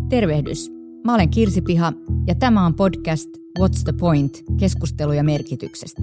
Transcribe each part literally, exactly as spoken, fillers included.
Tervehdys. Mä olen Kirsi Piha ja tämä on podcast What's the Point? Keskusteluja merkityksestä.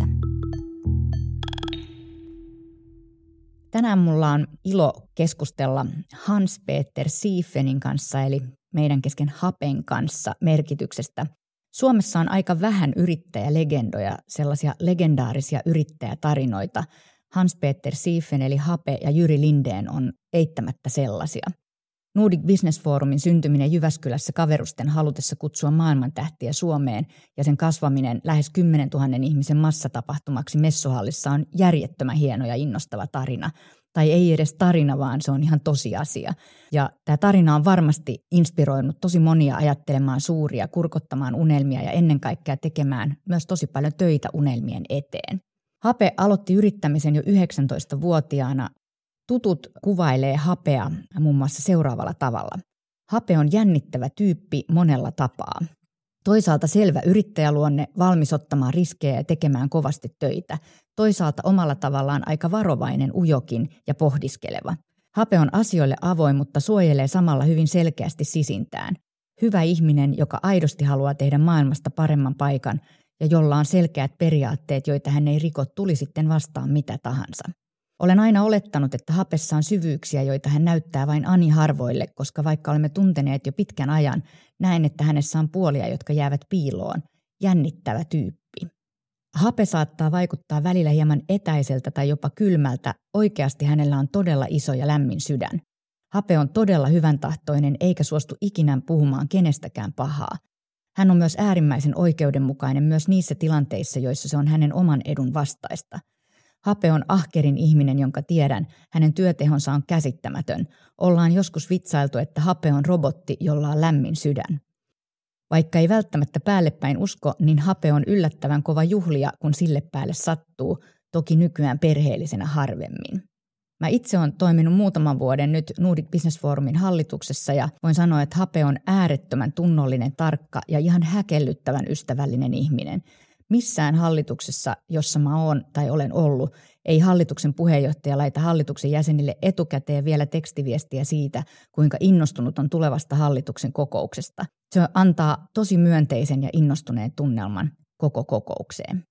Tänään mulla on ilo keskustella Hans-Peter Sieffenin kanssa eli meidän kesken Hapen kanssa merkityksestä. Suomessa on aika vähän yrittäjälegendoja, sellaisia legendaarisia yrittäjätarinoita. Hans-Peter Sieffen eli Hape ja Jyri Lindén on eittämättä sellaisia. Nordic Business Forumin syntyminen Jyväskylässä kaverusten halutessa kutsua maailmantähtiä Suomeen ja sen kasvaminen lähes kymmenentuhannen ihmisen massatapahtumaksi Messuhallissa on järjettömän hieno ja innostava tarina. Tai ei edes tarina, vaan se on ihan tosiasia. Ja tämä tarina on varmasti inspiroinut tosi monia ajattelemaan suuria, kurkottamaan unelmia ja ennen kaikkea tekemään myös tosi paljon töitä unelmien eteen. Hape aloitti yrittämisen jo yhdeksäntoistavuotiaana. Tutut kuvailee Hapea muun muassa seuraavalla tavalla. Hape on jännittävä tyyppi monella tapaa. Toisaalta selvä yrittäjäluonne, valmis ottamaan riskejä ja tekemään kovasti töitä. Toisaalta omalla tavallaan aika varovainen, ujokin ja pohdiskeleva. Hape on asioille avoin, mutta suojelee samalla hyvin selkeästi sisintään. Hyvä ihminen, joka aidosti haluaa tehdä maailmasta paremman paikan ja jolla on selkeät periaatteet, joita hän ei riko, tuli sitten vastaan mitä tahansa. Olen aina olettanut, että Hapessa on syvyyksiä, joita hän näyttää vain ani harvoille, koska vaikka olemme tunteneet jo pitkän ajan, näen, että hänessä on puolia, jotka jäävät piiloon. Jännittävä tyyppi. Hape saattaa vaikuttaa välillä hieman etäiseltä tai jopa kylmältä. Oikeasti hänellä on todella iso ja lämmin sydän. Hape on todella hyväntahtoinen eikä suostu ikinä puhumaan kenestäkään pahaa. Hän on myös äärimmäisen oikeudenmukainen myös niissä tilanteissa, joissa se on hänen oman edun vastaista. Hape on ahkerin ihminen, jonka tiedän. Hänen työtehonsa on käsittämätön. Ollaan joskus vitsailtu, että Hape on robotti, jolla on lämmin sydän. Vaikka ei välttämättä päällepäin usko, niin Hape on yllättävän kova juhlia, kun sille päälle sattuu, toki nykyään perheellisenä harvemmin. Mä itse olen toiminut muutaman vuoden nyt Nordic Business Forumin hallituksessa ja voin sanoa, että Hape on äärettömän tunnollinen, tarkka ja ihan häkellyttävän ystävällinen ihminen. Missään hallituksessa, jossa mä oon tai olen ollut, ei hallituksen puheenjohtaja laita hallituksen jäsenille etukäteen vielä tekstiviestiä siitä, kuinka innostunut on tulevasta hallituksen kokouksesta. Se antaa tosi myönteisen ja innostuneen tunnelman koko kokoukseen.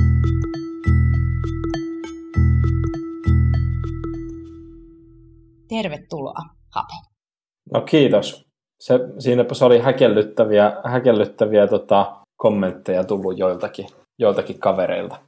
Tervetuloa, Hape. No kiitos. Se, siinäpä se oli häkellyttäviä, häkellyttäviä tota, kommentteja tullut joiltakin, joiltakin kavereilta.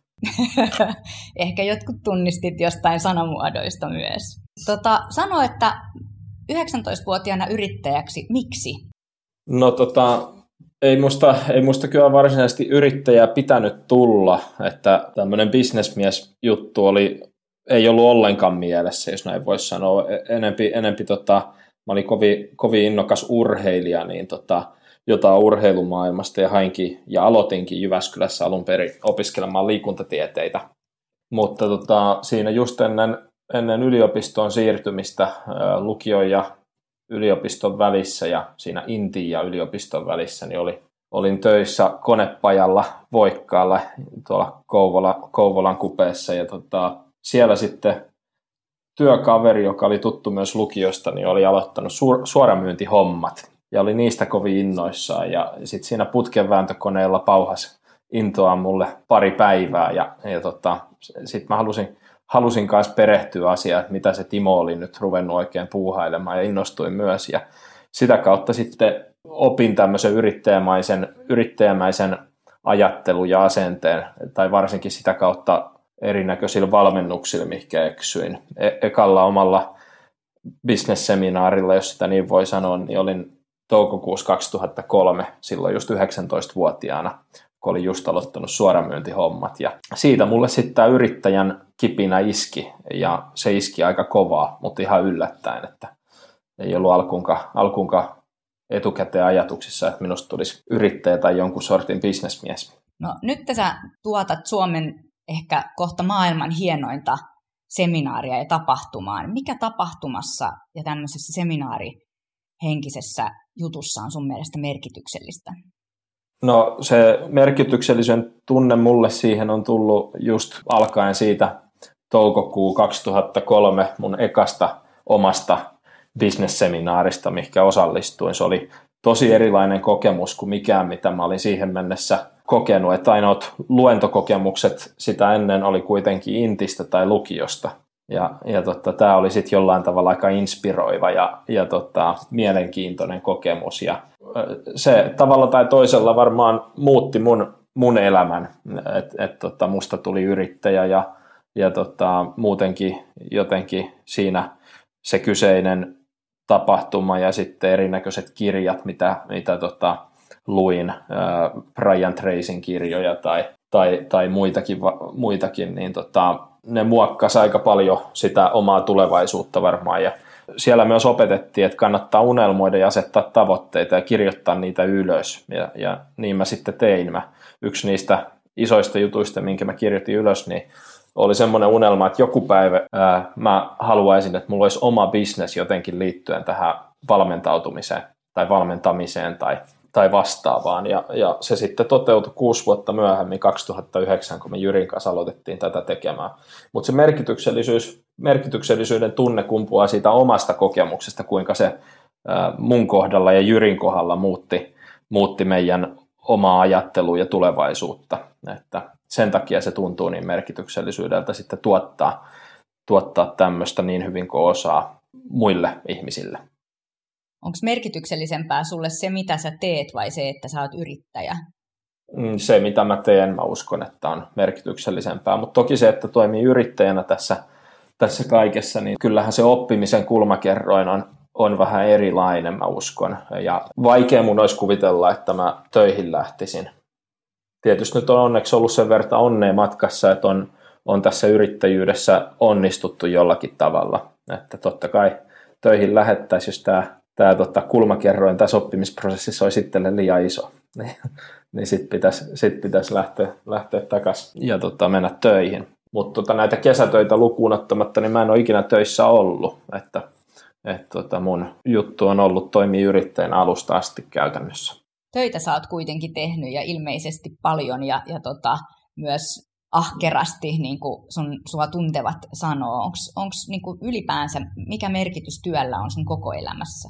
Ehkä jotkut tunnistit jostain sanamuodoista myös. Tota, sano, että yhdeksäntoistavuotiaana yrittäjäksi, miksi? No tota, ei musta, ei musta kyllä varsinaisesti yrittäjää pitänyt tulla, että tämmöinen bisnesmies-juttu oli, ei ollut ollenkaan mielessä, jos näin voisi sanoa. Enempi, enempi tota, mä olin kovin, kovin innokas urheilija, niin tota, jotain urheilumaailmasta ja hainkin ja aloitinkin Jyväskylässä alun perin opiskelemaan liikuntatieteitä. Mutta tota, siinä just ennen, ennen yliopistoon siirtymistä lukion ja yliopiston välissä ja siinä Intin ja yliopiston välissä niin oli, olin töissä konepajalla Voikkaalla tuolla Kouvola, Kouvolan kupeessa ja tota, siellä sitten työkaveri, joka oli tuttu myös lukiosta, niin oli aloittanut suor- suoramyyntihommat. Ja oli niistä kovin innoissaan. Ja sitten siinä putkenvääntökoneella pauhasi intoa mulle pari päivää. Ja, ja tota, sitten mä halusin, halusin kanssa perehtyä asiaan, että mitä se Timo oli nyt ruvennut oikein puuhailemaan. Ja innostuin myös. Ja sitä kautta sitten opin tämmöisen yrittäjämäisen, yrittäjämäisen ajattelun ja asenteen. Tai varsinkin sitä kautta erinäköisillä valmennuksilla, mihinkä eksyin. E- ekalla omalla business-seminaarilla, jos sitä niin voi sanoa, niin olin toukokuussa kaksituhattakolme, silloin just yhdeksäntoistavuotiaana, kun olin just aloittanut suoramyyntihommat. Ja siitä mulle sitten tämä yrittäjän kipinä iski, ja se iski aika kovaa, mutta ihan yllättäen, että ei ollut alkuunkaan, alkuunkaan etukäteen ajatuksissa, että minusta tulisi yrittäjä tai jonkun sortin bisnesmies. No nyt sä tuotat Suomen ehkä kohta maailman hienointa seminaaria ja tapahtumaa. Mikä tapahtumassa ja tämmöisessä seminaarihenkisessä jutussa on sun mielestä merkityksellistä? No se merkityksellisen tunne mulle siihen on tullut just alkaen siitä toukokuu kaksituhattakolme mun ekasta omasta business-seminaarista, mihinkä osallistuin. Se oli tosi erilainen kokemus kuin mikään, mitä mä olin siihen mennessä kokenut. Että ainoat luentokokemukset sitä ennen oli kuitenkin Intistä tai lukiosta. Ja, ja tota, tämä oli sitten jollain tavalla aika inspiroiva ja, ja tota, mielenkiintoinen kokemus. Ja se tavalla tai toisella varmaan muutti mun, mun elämän, että et, tota, musta tuli yrittäjä ja, ja tota, muutenkin jotenkin siinä se kyseinen tapahtuma ja sitten erinäköiset kirjat, mitä, mitä tota, luin, äh, Brian Tracyn kirjoja tai, tai, tai muitakin, muitakin, niin tota, ne muokkasi aika paljon sitä omaa tulevaisuutta varmaan. Ja siellä myös opetettiin, että kannattaa unelmoida ja asettaa tavoitteita ja kirjoittaa niitä ylös. Ja, ja niin mä sitten tein. Mä, yksi niistä isoista jutuista, minkä mä kirjoitin ylös, niin oli semmoinen unelma, että joku päivä ää, mä haluaisin, että mulla olisi oma business jotenkin liittyen tähän valmentautumiseen tai valmentamiseen tai, tai vastaavaan. Ja, ja se sitten toteutui kuusi vuotta myöhemmin, kaksituhattayhdeksän, kun me Jyrin kanssa aloitettiin tätä tekemään. Mutta se merkityksellisyys, merkityksellisyyden tunne kumpuaa siitä omasta kokemuksesta, kuinka se ää, mun kohdalla ja Jyrin kohdalla muutti, muutti meidän omaa ajattelua ja tulevaisuutta. Että sen takia se tuntuu niin merkityksellisyydeltä sitten tuottaa, tuottaa tämmöistä niin hyvin kuin osaa muille ihmisille. Onko merkityksellisempää sulle se, mitä sä teet, vai se, että sä oot yrittäjä? Se, mitä mä teen, mä uskon, että on merkityksellisempää. Mutta toki se, että toimii yrittäjänä tässä, tässä kaikessa, niin kyllähän se oppimisen kulmakerroin on, on vähän erilainen, mä uskon. Ja vaikea mun olisi kuvitella, että mä töihin lähtisin. Tietysti nyt on onneksi ollut sen verran onnea matkassa, että on, on tässä yrittäjyydessä onnistuttu jollakin tavalla. Että totta kai töihin lähettäisiin, jos tämä, tämä tota, kulmakerroin tässä oppimisprosessissa olisi itselle liian iso. Niin, niin sitten pitäisi, sit pitäisi lähteä, lähteä takaisin ja tota, mennä töihin. Mutta tota, näitä kesätöitä lukuun ottamatta, niin mä en ole ikinä töissä ollut. Että, et, tota, mun juttu on ollut toimia yrittäjänä alusta asti käytännössä. Töitä sä oot kuitenkin tehnyt ja ilmeisesti paljon ja, ja tota, myös ahkerasti, niin kuin sun, sua tuntevat sanoo. Onko niin ylipäänsä, mikä merkitys työllä on sun koko elämässä?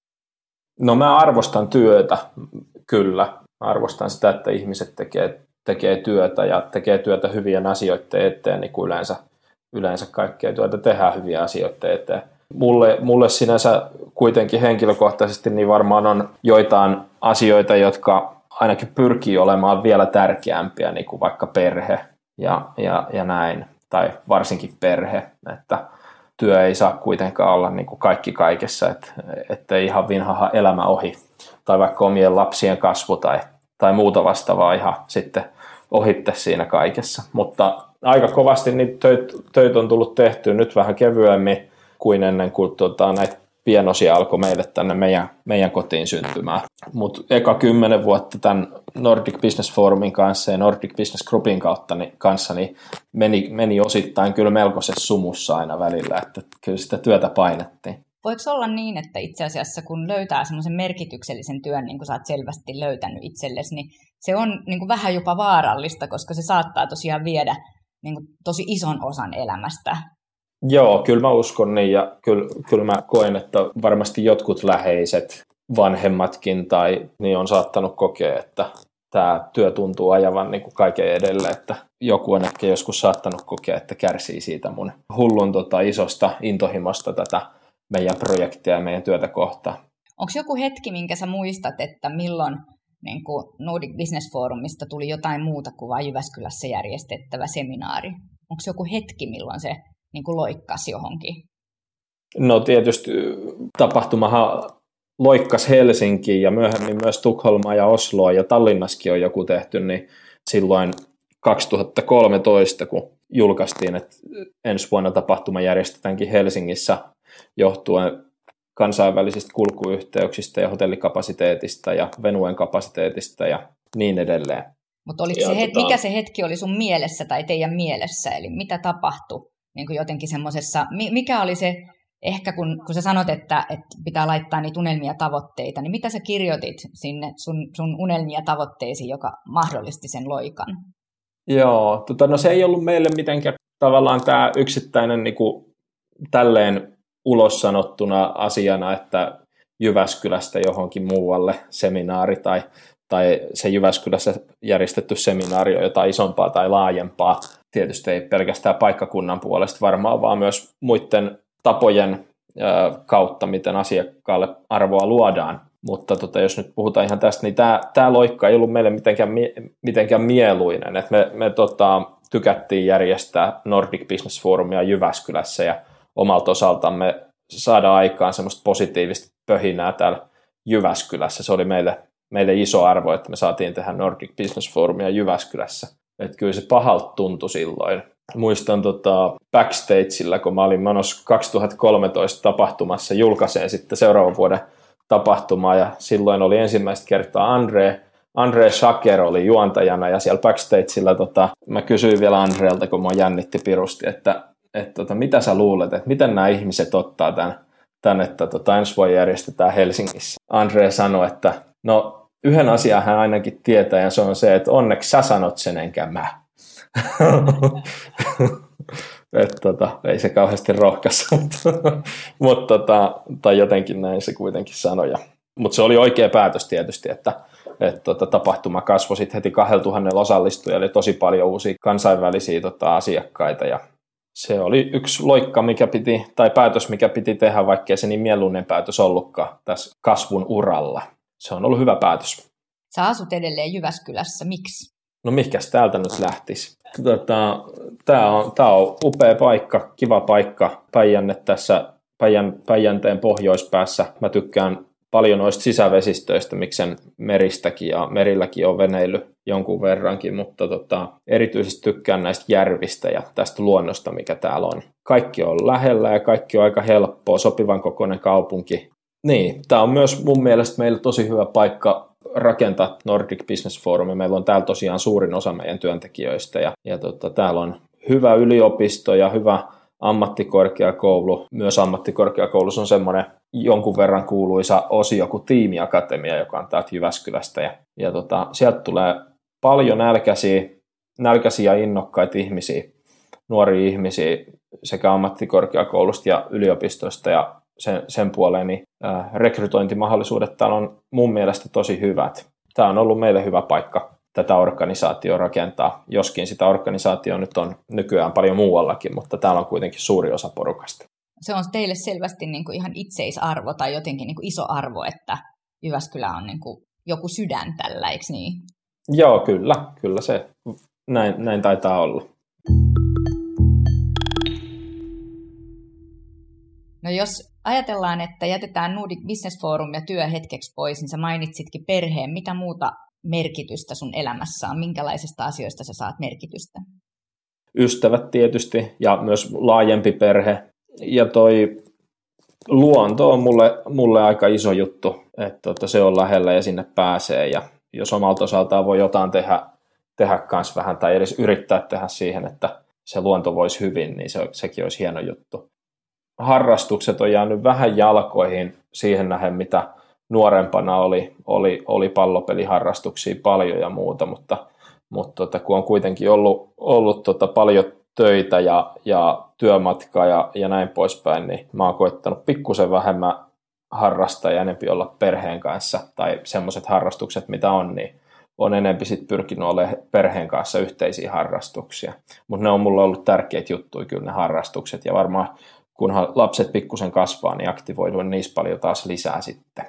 No mä arvostan työtä, kyllä. Arvostan sitä, että ihmiset tekee, tekee työtä ja tekee työtä hyvien asioiden eteen, niin kuin yleensä, yleensä kaikkea työtä tehdään hyviä asioiden eteen. Mulle, mulle sinänsä kuitenkin henkilökohtaisesti niin varmaan on joitain asioita, jotka ainakin pyrkii olemaan vielä tärkeämpiä, niin kuin vaikka perhe ja, ja, ja näin, tai varsinkin perhe, että työ ei saa kuitenkaan olla niin kuin kaikki kaikessa, että, että ei ihan vinhaha elämä ohi, tai vaikka omien lapsien kasvu tai, tai muuta vastaavaa ihan sitten ohitte siinä kaikessa, mutta aika kovasti niitä töitä töit on tullut tehtyä nyt vähän kevyemmin, kuin ennen kuin tuota, näitä pienosia alkoi meille tänne meidän, meidän kotiin syntymään. Mutta eka kymmenen vuotta tämän Nordic Business Forumin kanssa ja Nordic Business Groupin kautta niin, kanssa niin meni, meni osittain kyllä melkoisessa sumussa aina välillä, että kyllä sitä työtä painettiin. Voiko olla niin, että itse asiassa kun löytää semmoisen merkityksellisen työn, niin kuin sä oot selvästi löytänyt itsellesi, niin se on niin kuin vähän jopa vaarallista, koska se saattaa tosiaan viedä niin kuin tosi ison osan elämästä. Joo, kyllä mä uskon niin ja kyllä, kyllä mä koen, että varmasti jotkut läheiset, vanhemmatkin tai niin on saattanut kokea, että tämä työ tuntuu ajavan niin kuin kaiken edelle, että joku on ehkä joskus saattanut kokea, että kärsii siitä mun hullun tota, isosta intohimosta tätä meidän projektia ja meidän työtä kohtaan. Onko joku hetki, minkä sä muistat, että milloin niin kuin Nordic Business Forumista tuli jotain muuta kuin vain Jyväskylässä järjestettävä seminaari? Onko joku hetki, milloin se niin kuin loikkasi johonkin? No tietysti tapahtumahan loikkas Helsinkiin ja myöhemmin myös Tukholmaa ja Osloa ja Tallinnassakin on joku tehty, niin silloin kaksituhattakolmetoista, kun julkaistiin, että ensi vuonna tapahtuma järjestetäänkin Helsingissä johtuen kansainvälisistä kulkuyhteyksistä ja hotellikapasiteetista ja venuen kapasiteetista ja niin edelleen. Mutta se het- tota... mikä se hetki oli sun mielessä tai teidän mielessä, eli mitä tapahtui niin kuin jotenkin semmoisessa, mikä oli se, ehkä kun, kun sä sanot, että, että pitää laittaa niitä unelmia tavoitteita, niin mitä sä kirjoitit sinne sun, sun unelmia tavoitteisiin, joka mahdollisti sen loikan? Joo, tota, no se ei ollut meille mitenkään tavallaan tämä yksittäinen niin kuin, tälleen ulos sanottuna asiana, että Jyväskylästä johonkin muualle seminaari tai, tai se Jyväskylässä järjestetty seminaari on jotain isompaa tai laajempaa. Tietysti ei pelkästään paikkakunnan puolesta varmaan, vaan myös muiden tapojen kautta, miten asiakkaalle arvoa luodaan. Mutta tota, jos nyt puhutaan ihan tästä, niin tämä, tämä loikka ei ollut meille mitenkään, mitenkään mieluinen. Et me me tota, tykättiin järjestää Nordic Business Forumia Jyväskylässä ja omalta osaltamme saada aikaan semmoista positiivista pöhinää täällä Jyväskylässä. Se oli meille, meille iso arvo, että me saatiin tehdä Nordic Business Forumia Jyväskylässä. Et kyllä se pahalta tuntui silloin. Muistan tota backstagella, kun mä olin menossa kaksituhattakolmetoista tapahtumassa julkaiseen sitten seuraavan vuoden tapahtumaa, ja silloin oli ensimmäistä kertaa Andre, Andre Schaker oli juontajana, ja siellä backstagella tota, mä kysyin vielä Andreelta, kun mua jännitti pirusti, että et, tota, mitä sä luulet, että miten nämä ihmiset ottaa tämän, tämän että tota, ensi vuonna järjestetään Helsingissä. Andre sanoi, että no yhden asian hän ainakin tietää, ja se on se, että onneksi sä sanot sen enkä mä. Et, tota, ei se kauheasti rohkaisi, mutta tota, tai jotenkin näin se kuitenkin sanoi. Mutta se oli oikea päätös tietysti, että et, tota, tapahtuma kasvoi sitten heti kahdelletuhannelle osallistujille, oli tosi paljon uusia kansainvälisiä tota, asiakkaita, ja se oli yksi loikka, mikä piti, tai päätös, mikä piti tehdä, vaikkei se niin mieluinen päätös ollutkaan tässä kasvun uralla. Se on ollut hyvä päätös. Sä asut edelleen Jyväskylässä, miksi? No mihinkäs täältä nyt lähtisi? Tota, Tämä on, tää on upea paikka, kiva paikka. Päijänne tässä Päijän, Päijänteen pohjoispäässä. Mä tykkään paljon noista sisävesistöistä, miksen meristäkin ja merilläkin on veneily jonkun verrankin, mutta tota, erityisesti tykkään näistä järvistä ja tästä luonnosta, mikä täällä on. Kaikki on lähellä ja kaikki on aika helppoa, sopivan kokoinen kaupunki. Niin, tämä on myös mun mielestä meillä tosi hyvä paikka rakentaa Nordic Business Forum. Meillä on täällä tosiaan suurin osa meidän työntekijöistä ja, ja tota, täällä on hyvä yliopisto ja hyvä ammattikorkeakoulu. Myös ammattikorkeakoulussa on semmoinen jonkun verran kuuluisa osio kuin Tiimiakatemia, joka on täältä Jyväskylästä. Ja, ja tota, sieltä tulee paljon nälkäisiä, nälkäisiä ja innokkaita ihmisiä, nuoria ihmisiä sekä ammattikorkeakoulusta ja yliopistosta ja sen, sen puoleen, niin äh, rekrytointimahdollisuudet täällä on mun mielestä tosi hyvät. Tämä on ollut meille hyvä paikka tätä organisaatiota rakentaa, joskin sitä organisaatio nyt on nykyään paljon muuallakin, mutta täällä on kuitenkin suuri osa porukasta. Se on teille selvästi niin kuin ihan itseisarvo tai jotenkin niin kuin iso arvo, että Jyväskylä on niin kuin joku sydän tällä, eikö niin? Joo, kyllä, kyllä se näin, näin taitaa olla. No jos ajatellaan, että jätetään Nordic Business Forum ja työ hetkeksi pois, niin sä mainitsitkin perheen. Mitä muuta merkitystä sun elämässä on? Minkälaisista asioista sä saat merkitystä? Ystävät tietysti ja myös laajempi perhe. Ja toi luonto on mulle, mulle aika iso juttu, että tota, se on lähellä ja sinne pääsee. Ja jos omalta osaltaan voi jotain tehdä, tehdä kans vähän tai edes yrittää tehdä siihen, että se luonto voisi hyvin, niin se, sekin olisi hieno juttu. Harrastukset on jäänyt vähän jalkoihin siihen nähden, mitä nuorempana oli, oli, oli pallopeliharrastuksia paljon ja muuta, mutta, mutta tota, kun on kuitenkin ollut, ollut tota paljon töitä ja, ja työmatkaa ja, ja näin poispäin, niin mä oon koittanut pikkusen vähemmän harrastaa ja enempi olla perheen kanssa, tai semmoiset harrastukset, mitä on, niin on enempi sit pyrkinyt olemaan perheen kanssa yhteisiä harrastuksia. Mutta ne on mulle ollut tärkeitä juttuja kyllä ne harrastukset, ja varmaan kunhan lapset pikkusen kasvaa, niin aktivoidun niissä paljon taas lisää sitten.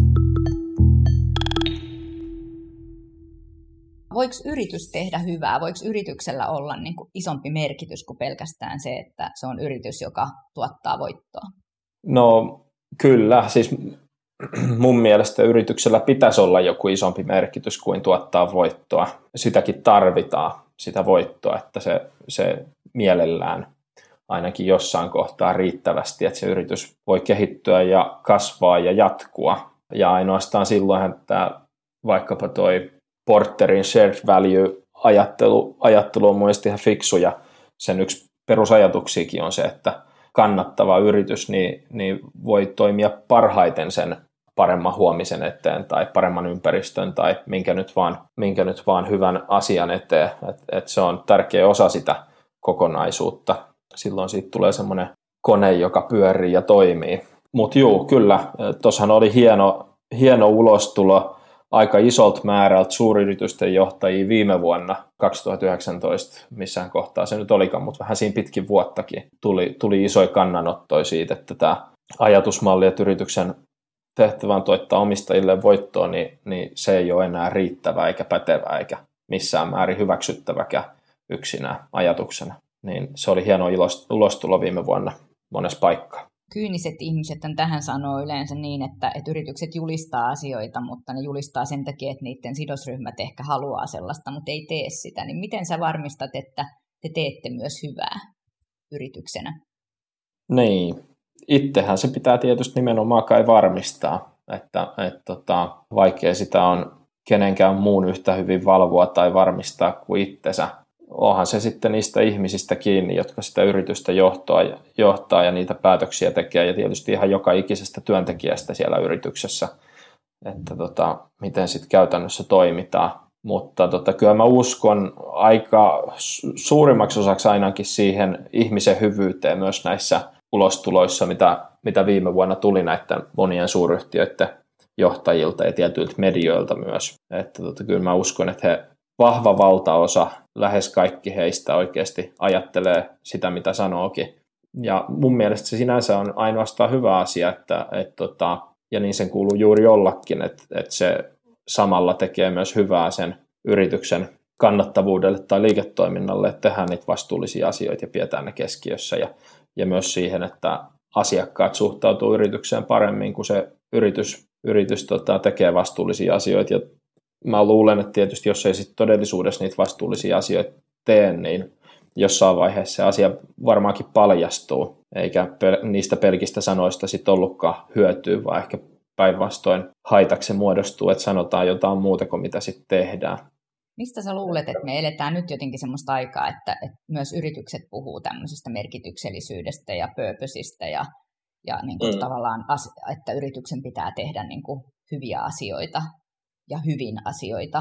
Voiko yritys tehdä hyvää? Voiko yrityksellä olla niin kuin isompi merkitys kuin pelkästään se, että se on yritys, joka tuottaa voittoa? No kyllä, siis mun mielestä yrityksellä pitäisi olla joku isompi merkitys kuin tuottaa voittoa. Sitäkin tarvitaan, sitä voittoa, että se, se mielellään ainakin jossain kohtaa riittävästi, että se yritys voi kehittyä ja kasvaa ja jatkua. Ja ainoastaan silloin, että vaikkapa toi Porterin shared value-ajattelu ajattelu on mun mielestä ihan fiksu, ja sen yksi perusajatuksiakin on se, että kannattava yritys niin, niin voi toimia parhaiten sen paremman huomisen eteen tai paremman ympäristön tai minkä nyt vaan, minkä nyt vaan hyvän asian eteen. Et, et se on tärkeä osa sitä kokonaisuutta. Silloin siitä tulee semmoinen kone, joka pyörii ja toimii. Mutta juu, kyllä. Tuossahan oli hieno, hieno ulostulo aika isolta määrältä suuryritysten johtajia viime vuonna kaksituhattayhdeksäntoista, missään kohtaa se nyt olikaan, mutta vähän siinä pitkin vuottakin tuli, tuli isoja kannanottoja siitä, että tämä ajatusmalli, että yrityksen tehtävä on tuottaa omistajille voittoa, niin, niin se ei ole enää riittävää eikä pätevää eikä missään määrin hyväksyttäväkään yksinään ajatuksena. Niin se oli hieno ulostulo viime vuonna monessa paikkaa. Kyyniset ihmiset tähän sanoo yleensä niin, että, että yritykset julistaa asioita, mutta ne julistaa sen takia, että niiden sidosryhmät ehkä haluaa sellaista, mutta ei tee sitä. Niin miten sä varmistat, että te teette myös hyvää yrityksenä? Niin, itsehän se pitää tietysti nimenomaan kai varmistaa, että, että tota, vaikea sitä on kenenkään muun yhtä hyvin valvoa tai varmistaa kuin itsensä. Onhan se sitten niistä ihmisistä kiinni, jotka sitä yritystä johtaa ja, johtaa ja niitä päätöksiä tekee, ja tietysti ihan joka ikisestä työntekijästä siellä yrityksessä, että tota, miten sitten käytännössä toimitaan. Mutta tota, kyllä mä uskon aika suurimmaksi osaksi ainakin siihen ihmisen hyvyyteen myös näissä ulostuloissa, mitä, mitä viime vuonna tuli näiden monien suuryhtiöiden johtajilta ja tietyiltä medioilta myös. Että tota, kyllä mä uskon, että he vahva valtaosa, lähes kaikki heistä oikeasti ajattelee sitä, mitä sanookin. Ja mun mielestä se sinänsä on ainoastaan hyvä asia, että, et tota, ja niin sen kuuluu juuri ollakin, että, että se samalla tekee myös hyvää sen yrityksen kannattavuudelle tai liiketoiminnalle, että tehdään niitä vastuullisia asioita ja pidetään ne keskiössä. Ja, ja myös siihen, että asiakkaat suhtautuu yritykseen paremmin, kun se yritys, yritys tota, tekee vastuullisia asioita. Ja mä luulen, että tietysti jos ei sit todellisuudessa niitä vastuullisia asioita tee, niin jossain vaiheessa se asia varmaankin paljastuu, eikä pel- niistä pelkistä sanoista sit ollutkaan hyötyä, vaan ehkä päinvastoin haitaksi muodostuu, että sanotaan jotain muuta kuin mitä sitten tehdään. Mistä sä luulet, että me eletään nyt jotenkin semmoista aikaa, että, että myös yritykset puhuu tämmöisestä merkityksellisyydestä ja purposeista ja, ja niin kuin mm. tavallaan, että yrityksen pitää tehdä niin kuin hyviä asioita ja hyvin asioita.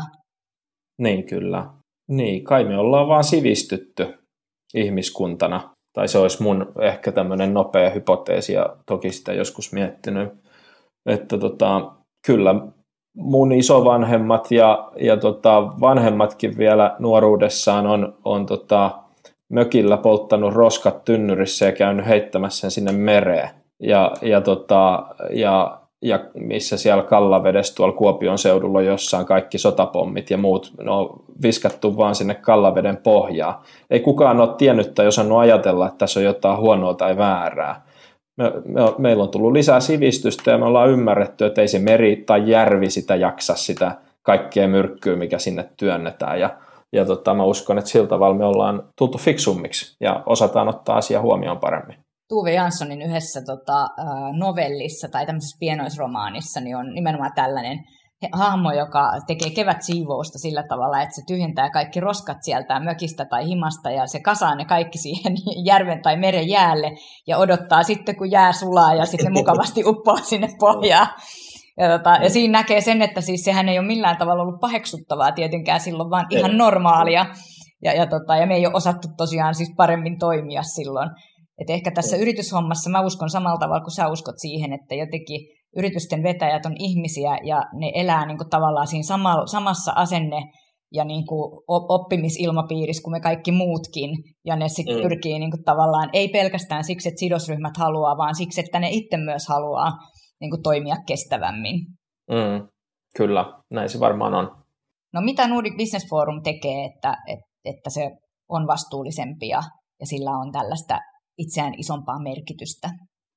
Niin kyllä. Niin, kai me ollaan vaan sivistytty ihmiskuntana. Tai se olisi mun ehkä tämmöinen nopea hypoteesi, ja toki sitä joskus miettinyt, että tota, kyllä mun isovanhemmat ja, ja tota, vanhemmatkin vielä nuoruudessaan on, on tota, mökillä polttanut roskat tynnyrissä ja käynyt heittämässä sen sinne mereen. Ja, ja, tota, ja ja missä siellä Kallavedessä tuolla Kuopion seudulla on jossain kaikki sotapommit ja muut, ne on viskattu vaan sinne Kallaveden pohjaan. Ei kukaan ole tiennyt tai osannut ajatella, että tässä on jotain huonoa tai väärää. Me, me, meillä on tullut lisää sivistystä ja me ollaan ymmärretty, että ei se meri tai järvi sitä jaksa sitä kaikkea myrkkyä, mikä sinne työnnetään. Ja, ja tota, mä uskon, että sillä tavalla me ollaan tultu fiksummiksi ja osataan ottaa asia huomioon paremmin. Tuve Janssonin yhdessä tota, novellissa tai tämmöisessä pienoisromaanissa niin on nimenomaan tällainen hahmo, joka tekee kevätsiivousta sillä tavalla, että se tyhjentää kaikki roskat sieltä mökistä tai himasta ja se kasaa ne kaikki siihen järven tai meren jäälle ja odottaa sitten, kun jää sulaa ja sitten ne mukavasti uppoaa sinne pohjaan. Ja, tota, ja siinä näkee sen, että siis sehän ei ole millään tavalla ollut paheksuttavaa tietenkään silloin, vaan ihan normaalia. Ja, ja, tota, ja me ei ole osattu tosiaan siis paremmin toimia silloin. Et ehkä tässä yrityshommassa mä uskon samalla tavalla kuin sä uskot siihen, että jotenkin yritysten vetäjät on ihmisiä ja ne elää niin kuin tavallaan siinä sama, samassa asenne ja niin kuin oppimisilmapiirissä kuin me kaikki muutkin. Ja ne sitten mm. pyrkii niin kuin tavallaan ei pelkästään siksi, että sidosryhmät haluaa, vaan siksi, että ne itse myös haluaa niin kuin toimia kestävämmin. Mm. Kyllä, näin se varmaan on. No mitä Nordic Business Forum tekee, että, että, että se on vastuullisempi ja, ja sillä on tällaista itseään isompaa merkitystä?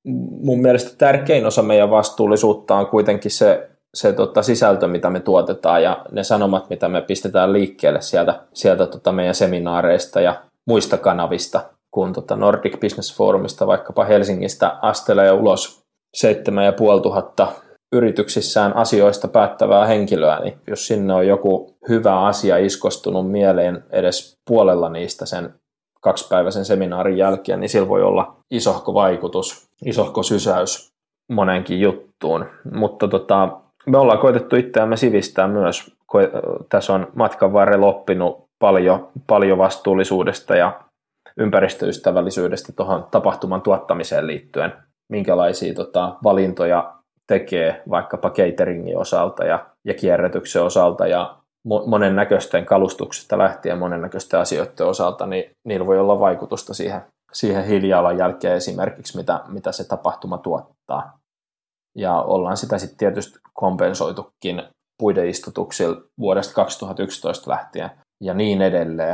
Mun mielestä tärkein osa meidän vastuullisuutta on kuitenkin se, se tota, sisältö, mitä me tuotetaan ja ne sanomat, mitä me pistetään liikkeelle sieltä, sieltä tota, meidän seminaareista ja muista kanavista, kun tota Nordic Business Forumista vaikkapa Helsingistä astelee ulos seitsemän ja puoli tuhatta yrityksissään asioista päättävää henkilöä, niin jos sinne on joku hyvä asia iskostunut mieleen edes puolella niistä sen kaksipäiväisen seminaarin jälkeen, niin sillä voi olla isohko vaikutus, isohko sysäys monenkin juttuun. Mutta tota, me ollaan koetettu itseämme sivistää myös. Tässä on matkan varrella oppinut paljon, paljon vastuullisuudesta ja ympäristöystävällisyydestä tuohon tapahtuman tuottamiseen liittyen. minkälaisia tota, valintoja tekee vaikkapa cateringin osalta ja, ja kierrätyksen osalta ja mo- monennäköisten kalustuksista lähtien monennäköisten asioiden osalta, niin niillä voi olla vaikutusta siihen, siihen hiilijalanjälkeen esimerkiksi, mitä, mitä se tapahtuma tuottaa. Ja ollaan sitä sitten tietysti kompensoitukin puideistutuksilla vuodesta kaksituhattayksitoista lähtien ja niin edelleen.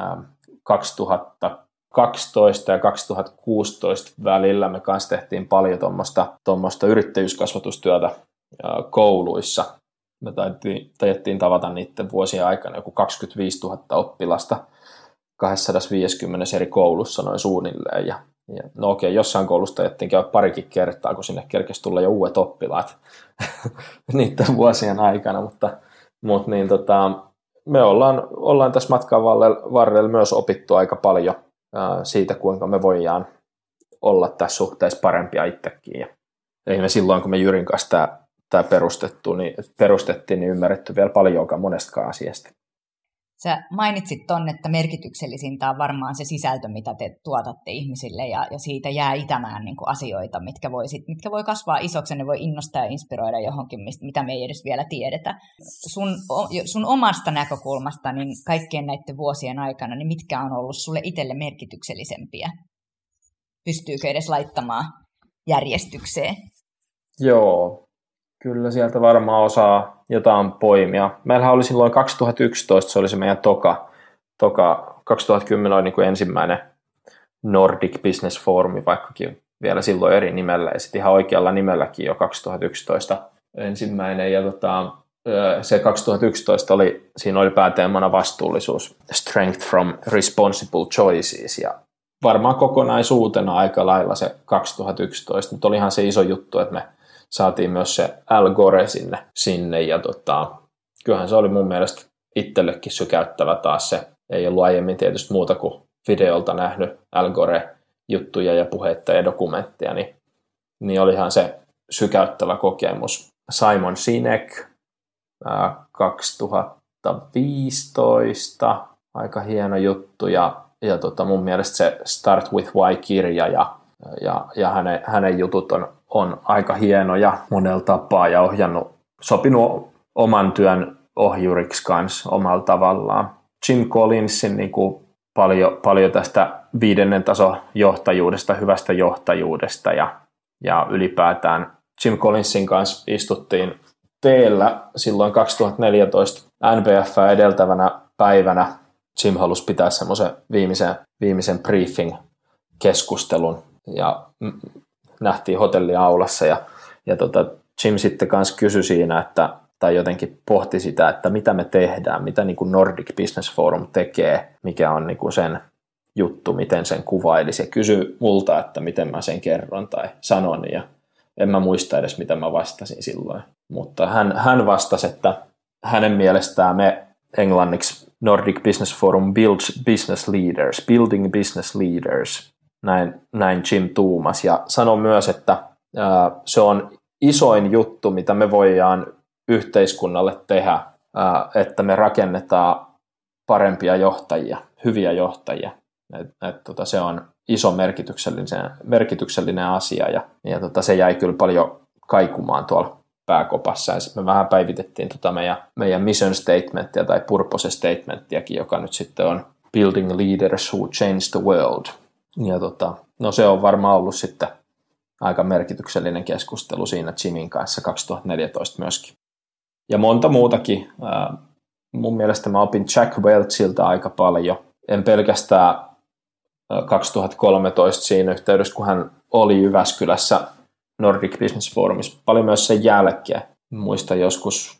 kaksituhattakaksitoista ja kaksituhattakuusitoista välillä me kanssa tehtiin paljon tuommoista yrittäjyyskasvatustyötä kouluissa. Me taidettiin tavata niiden vuosien aikana joku kaksikymmentäviisituhatta oppilasta kaksisataaviisikymmentä eri koulussa noin suunnilleen. Ja, ja no okei, jossain koulusta taidettiin käydä parikin kertaa, kun sinne kerkesi tulla jo uudet oppilaat niiden vuosien aikana, mutta, mutta niin tota, me ollaan, ollaan tässä matkan varrella myös opittu aika paljon ää, siitä, kuinka me voidaan olla tässä suhteessa parempia itsekin. Ja ei me silloin, kun me Jyrin kanssa tämä, tämä perustettu, niin, perustettiin, niin ymmärretty vielä paljonkaan monestakaan asiasta. Sä mainitsit ton, että merkityksellisintä on varmaan se sisältö, mitä te tuotatte ihmisille, ja, ja siitä jää itämään niin kuin asioita, mitkä voi, sit, mitkä voi kasvaa isoksi, ja ne voi innostaa ja inspiroida johonkin, mitä me ei edes vielä tiedetä. Sun, sun omasta näkökulmasta, niin kaikkien näiden vuosien aikana, niin mitkä on ollut sulle itselle merkityksellisempiä? Pystyykö edes laittamaan järjestykseen? Joo. Kyllä sieltä varmaan osaa jotain poimia. Meillähän oli silloin kaksituhattayksitoista, se oli se meidän toka. toka kaksituhattakymmenen oli niin kuin ensimmäinen Nordic Business Forumi, vaikkakin vielä silloin eri nimellä. Ja sitten ihan oikealla nimelläkin jo kaksituhattayksitoista ensimmäinen. Ja tota, se kaksituhattayksitoista oli, siinä oli pääteemana vastuullisuus, Strength from Responsible Choices. Ja varmaan kokonaisuutena aika lailla se kaksituhattayksitoista. Nyt olihan se iso juttu, että me saatiin myös se Al Gore sinne, sinne ja tota, kyllähän se oli mun mielestä itsellekin sykäyttävä taas se. Ei ollut aiemmin tietysti muuta kuin videolta nähnyt Al Gore-juttuja ja puhetta ja dokumentteja, niin, niin olihan se sykäyttävä kokemus. Simon Sinek ää, kaksituhattaviisitoista, aika hieno juttu ja, ja tota, mun mielestä se Start with Why-kirja ja, ja, ja hänen, hänen jutut on on aika hienoja monella tapaa ja ohjannut, sopinut oman työn ohjuriksi kanssa omalla tavallaan. Jim Collinsin niin kuin paljon, paljon tästä viidennen tason johtajuudesta, hyvästä johtajuudesta ja, ja ylipäätään Jim Collinsin kanssa istuttiin teellä silloin kaksituhattaneljätoista N B F edeltävänä päivänä. Jim halusi pitää semmoisen viimeisen, viimeisen briefing-keskustelun ja nähtiin hotelliaulassa ja, ja tota, Jim sitten kanssa kysyi siinä, että, tai jotenkin pohti sitä, että mitä me tehdään, mitä niin kuin Nordic Business Forum tekee, mikä on niin kuin sen juttu, miten sen kuvailisi ja kysyi multa, että miten mä sen kerron tai sanon ja en mä muista edes, mitä mä vastasin silloin. Mutta hän, hän vastasi, että hänen mielestään me englanniksi Nordic Business Forum builds business leaders, building business leaders. Näin, näin Jim tuumas ja sanoi myös, että ää, se on isoin juttu, mitä me voidaan yhteiskunnalle tehdä, ää, että me rakennetaan parempia johtajia, hyviä johtajia. Et, et, tota, se on iso merkityksellinen, merkityksellinen asia ja, ja tota, se jäi kyllä paljon kaikumaan tuolla pääkopassa. Ja sitten me vähän päivitettiin tota meidän, meidän mission statementtia tai purpose statementtiakin, joka nyt sitten on Building Leaders Who Change the World. Ja tota, no se on varmaan ollut sitten aika merkityksellinen keskustelu siinä Jimin kanssa kaksituhattaneljätoista myöskin. Ja monta muutakin. Ää, mun mielestä mä opin Jack Welchiltä aika paljon. En pelkästään kaksituhattakolmetoista siinä yhteydessä, kun hän oli Jyväskylässä Nordic Business Forumissa, paljon myös sen jälkeen. Muistan joskus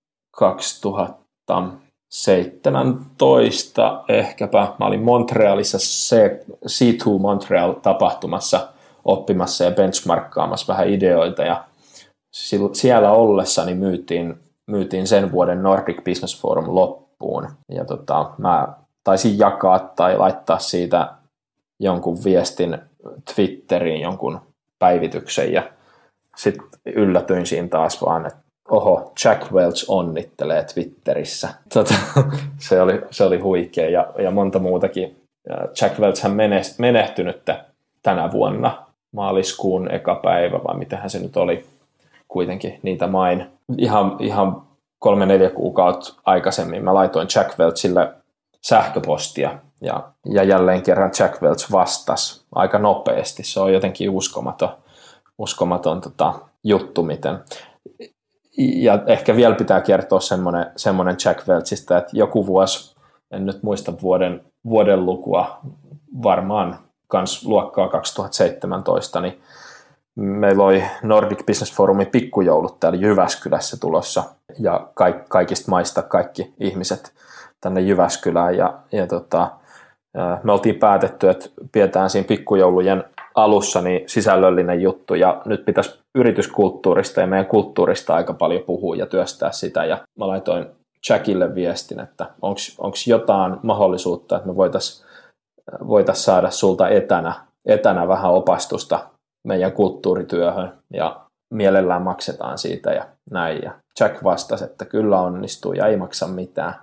kaksituhattaseitsemäntoista ehkäpä. Mä olin Montrealissa C two Montreal-tapahtumassa oppimassa ja benchmarkkaamassa vähän ideoita. Ja siellä ollessani myytiin, myytiin sen vuoden Nordic Business Forum loppuun. Ja tota, mä taisin jakaa tai laittaa siitä jonkun viestin Twitteriin, jonkun päivityksen. Ja sitten yllätyin siinä taas vaan, että oho, Jack Welch onnittelee Twitterissä. Tota, se, oli, se oli huikea ja, ja monta muutakin. Jack Welch hän menehtynyt tänä vuonna. maaliskuun eka päivä, vai mitenhän se nyt oli kuitenkin niitä main. Ihan, ihan kolme neljä kuukautta aikaisemmin mä laitoin Jack Welchille sähköpostia, ja, ja jälleen kerran Jack Welch vastasi aika nopeasti. Se on jotenkin uskomaton, uskomaton tota, juttu, miten. Ja ehkä vielä pitää kertoa semmoinen, semmoinen Jack Welchistä, että joku vuosi, en nyt muista vuoden, vuoden lukua, varmaan kans luokkaa kaksituhattaseitsemäntoista, niin meillä oli Nordic Business Forumin pikkujoulut täällä Jyväskylässä tulossa, ja kaik, kaikista maista kaikki ihmiset tänne Jyväskylään, ja, ja tota, me oltiin päätetty, että pidetään siinä pikkujoulujen alussa niin sisällöllinen juttu, ja nyt pitäisi yrityskulttuurista ja meidän kulttuurista aika paljon puhua ja työstää sitä, ja mä laitoin Jackille viestin, että onko jotain mahdollisuutta, että me voitaisiin voitais saada sulta etänä, etänä vähän opastusta meidän kulttuurityöhön, ja mielellään maksetaan siitä ja näin, ja Jack vastasi, että kyllä onnistuu ja ei maksa mitään.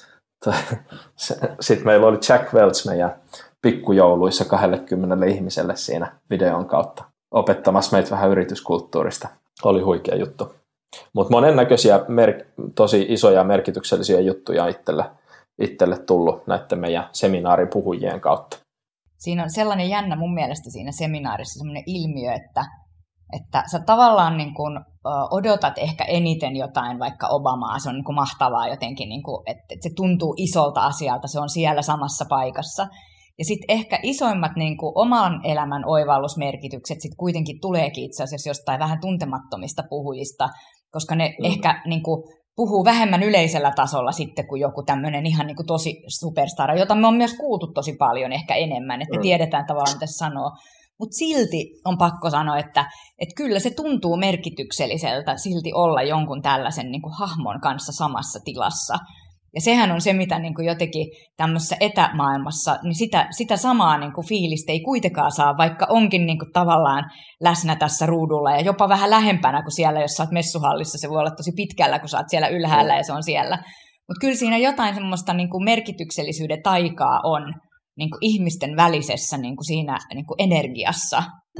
Sitten meillä oli Jack Welch meidän pikkujouluissa kaksikymmentä ihmiselle siinä videon kautta opettamassa meitä vähän yrityskulttuurista. Oli huikea juttu. Mutta monennäköisiä mer- tosi isoja merkityksellisiä juttuja itselle, itselle tullut näiden meidän seminaaripuhujien kautta. Siinä on sellainen jännä mun mielestä siinä seminaarissa sellainen ilmiö, että, että sä tavallaan niin kun, odotat ehkä eniten jotain vaikka Obamaa, se on niin kun mahtavaa jotenkin, niin kun, että se tuntuu isolta asialta, se on siellä samassa paikassa. Ja sitten ehkä isoimmat niin kuin, oman elämän oivallusmerkitykset sitten kuitenkin tuleekin itse asiassa jostain vähän tuntemattomista puhujista, koska ne mm. ehkä niin kuin, puhuu vähemmän yleisellä tasolla sitten kuin joku tämmöinen ihan niin kuin, tosi superstara, jota me on myös kuultu tosi paljon ehkä enemmän, että me mm. tiedetään tavallaan mitä se sanoo. Mutta silti on pakko sanoa, että, että kyllä se tuntuu merkitykselliseltä silti olla jonkun tällaisen niin kuin, hahmon kanssa samassa tilassa. Ja sehän on se, mitä niin kuin jotenkin tämmöisessä etämaailmassa, niin sitä, sitä samaa niin kuin fiilistä ei kuitenkaan saa, vaikka onkin niin kuin tavallaan läsnä tässä ruudulla ja jopa vähän lähempänä kuin siellä, jos sä oot messuhallissa. Se voi olla tosi pitkällä, kun sä oot siellä ylhäällä ja se on siellä. Mutta kyllä siinä jotain semmoista niin kuin merkityksellisyyden taikaa on niin kuin ihmisten välisessä niin kuin siinä niin kuin energiassa.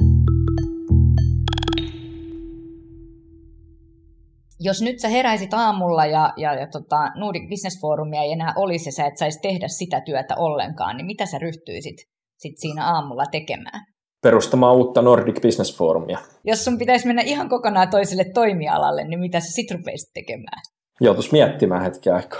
Jos nyt sä heräisit aamulla ja, ja, ja tota, Nordic Business Forumia ei enää olisi ja sä et saisi tehdä sitä työtä ollenkaan, niin mitä sä ryhtyisit sit siinä aamulla tekemään? Perustamaan uutta Nordic Business Forumia. Jos sun pitäisi mennä ihan kokonaan toiselle toimialalle, niin mitä sä sit rupeisit tekemään? Joutuisi miettimään hetken aikaa.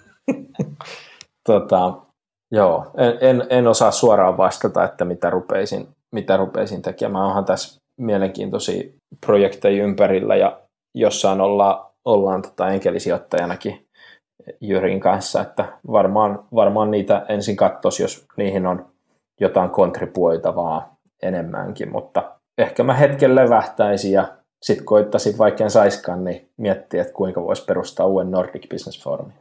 tota, joo, en, en, en osaa suoraan vastata, että mitä rupeisin, mitä rupeisin tekemään. Onhan tässä mielenkiintoisia projekteja ympärillä ja jossain olla, ollaan tota enkelisijoittajanakin Jyrin kanssa, että varmaan, varmaan niitä ensin katsoisi, jos niihin on jotain kontribuoitavaa enemmänkin, mutta ehkä mä hetken levähtäisin ja sitten koittaisin, vaikka en saiskaan, niin miettiä, että kuinka voisi perustaa uuden Nordic Business Forumin.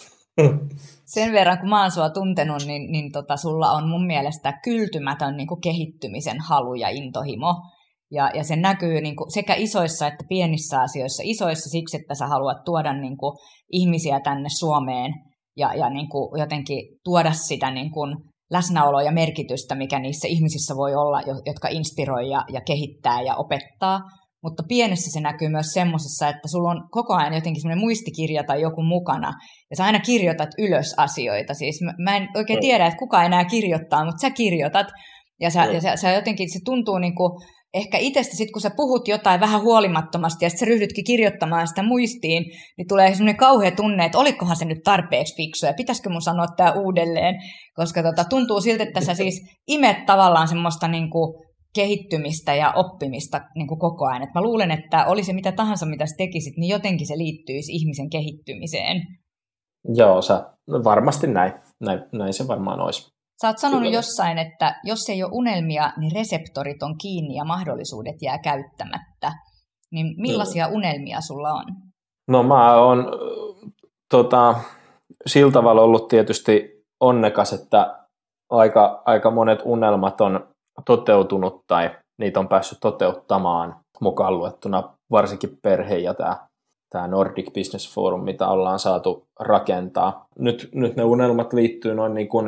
Sen verran, kun mä oon sua tuntenut, niin, niin tota, sulla on mun mielestä kyltymätön niin kuin kehittymisen halu ja intohimo. Ja, ja se näkyy niin kuin sekä isoissa että pienissä asioissa. Isoissa siksi, että sä haluat tuoda niin kuin ihmisiä tänne Suomeen ja, ja niin kuin jotenkin tuoda sitä niin kuin läsnäoloa ja merkitystä, mikä niissä ihmisissä voi olla, jotka inspiroi ja, ja kehittää ja opettaa. Mutta pienessä se näkyy myös semmoisessa, että sulla on koko ajan jotenkin semmoinen muistikirja tai joku mukana, ja sä aina kirjoitat ylös asioita. Siis mä, mä en oikein tiedä, että kuka enää kirjoittaa, mutta sä kirjoitat, ja, sä, ja sä, sä jotenkin, se tuntuu niin kuin ehkä itsestä sit, kun sä puhut jotain vähän huolimattomasti ja sitten sä ryhdytkin kirjoittamaan sitä muistiin, niin tulee semmoinen kauhea tunne, että olikohan se nyt tarpeeksi fiksu ja pitäisikö mun sanoa tämä uudelleen, koska tota, tuntuu siltä, että sä siis imet tavallaan semmoista niinku kehittymistä ja oppimista niinku koko ajan. Et mä luulen, että oli se mitä tahansa, mitä sä tekisit, niin jotenkin se liittyisi ihmisen kehittymiseen. Joo, sä, varmasti näin. näin. Näin se varmaan olisi. Sä oot sanonut Kyllä. jossain, että jos ei ole unelmia, niin reseptorit on kiinni ja mahdollisuudet jää käyttämättä. Niin millaisia mm. unelmia sulla on? No mä oon tota, sillä tavalla ollut tietysti onnekas, että aika, aika monet unelmat on toteutunut tai niitä on päässyt toteuttamaan mukaan luettuna varsinkin perhe ja tämä tämä Nordic Business Forum, mitä ollaan saatu rakentaa. Nyt, nyt ne unelmat liittyy noin niin kuin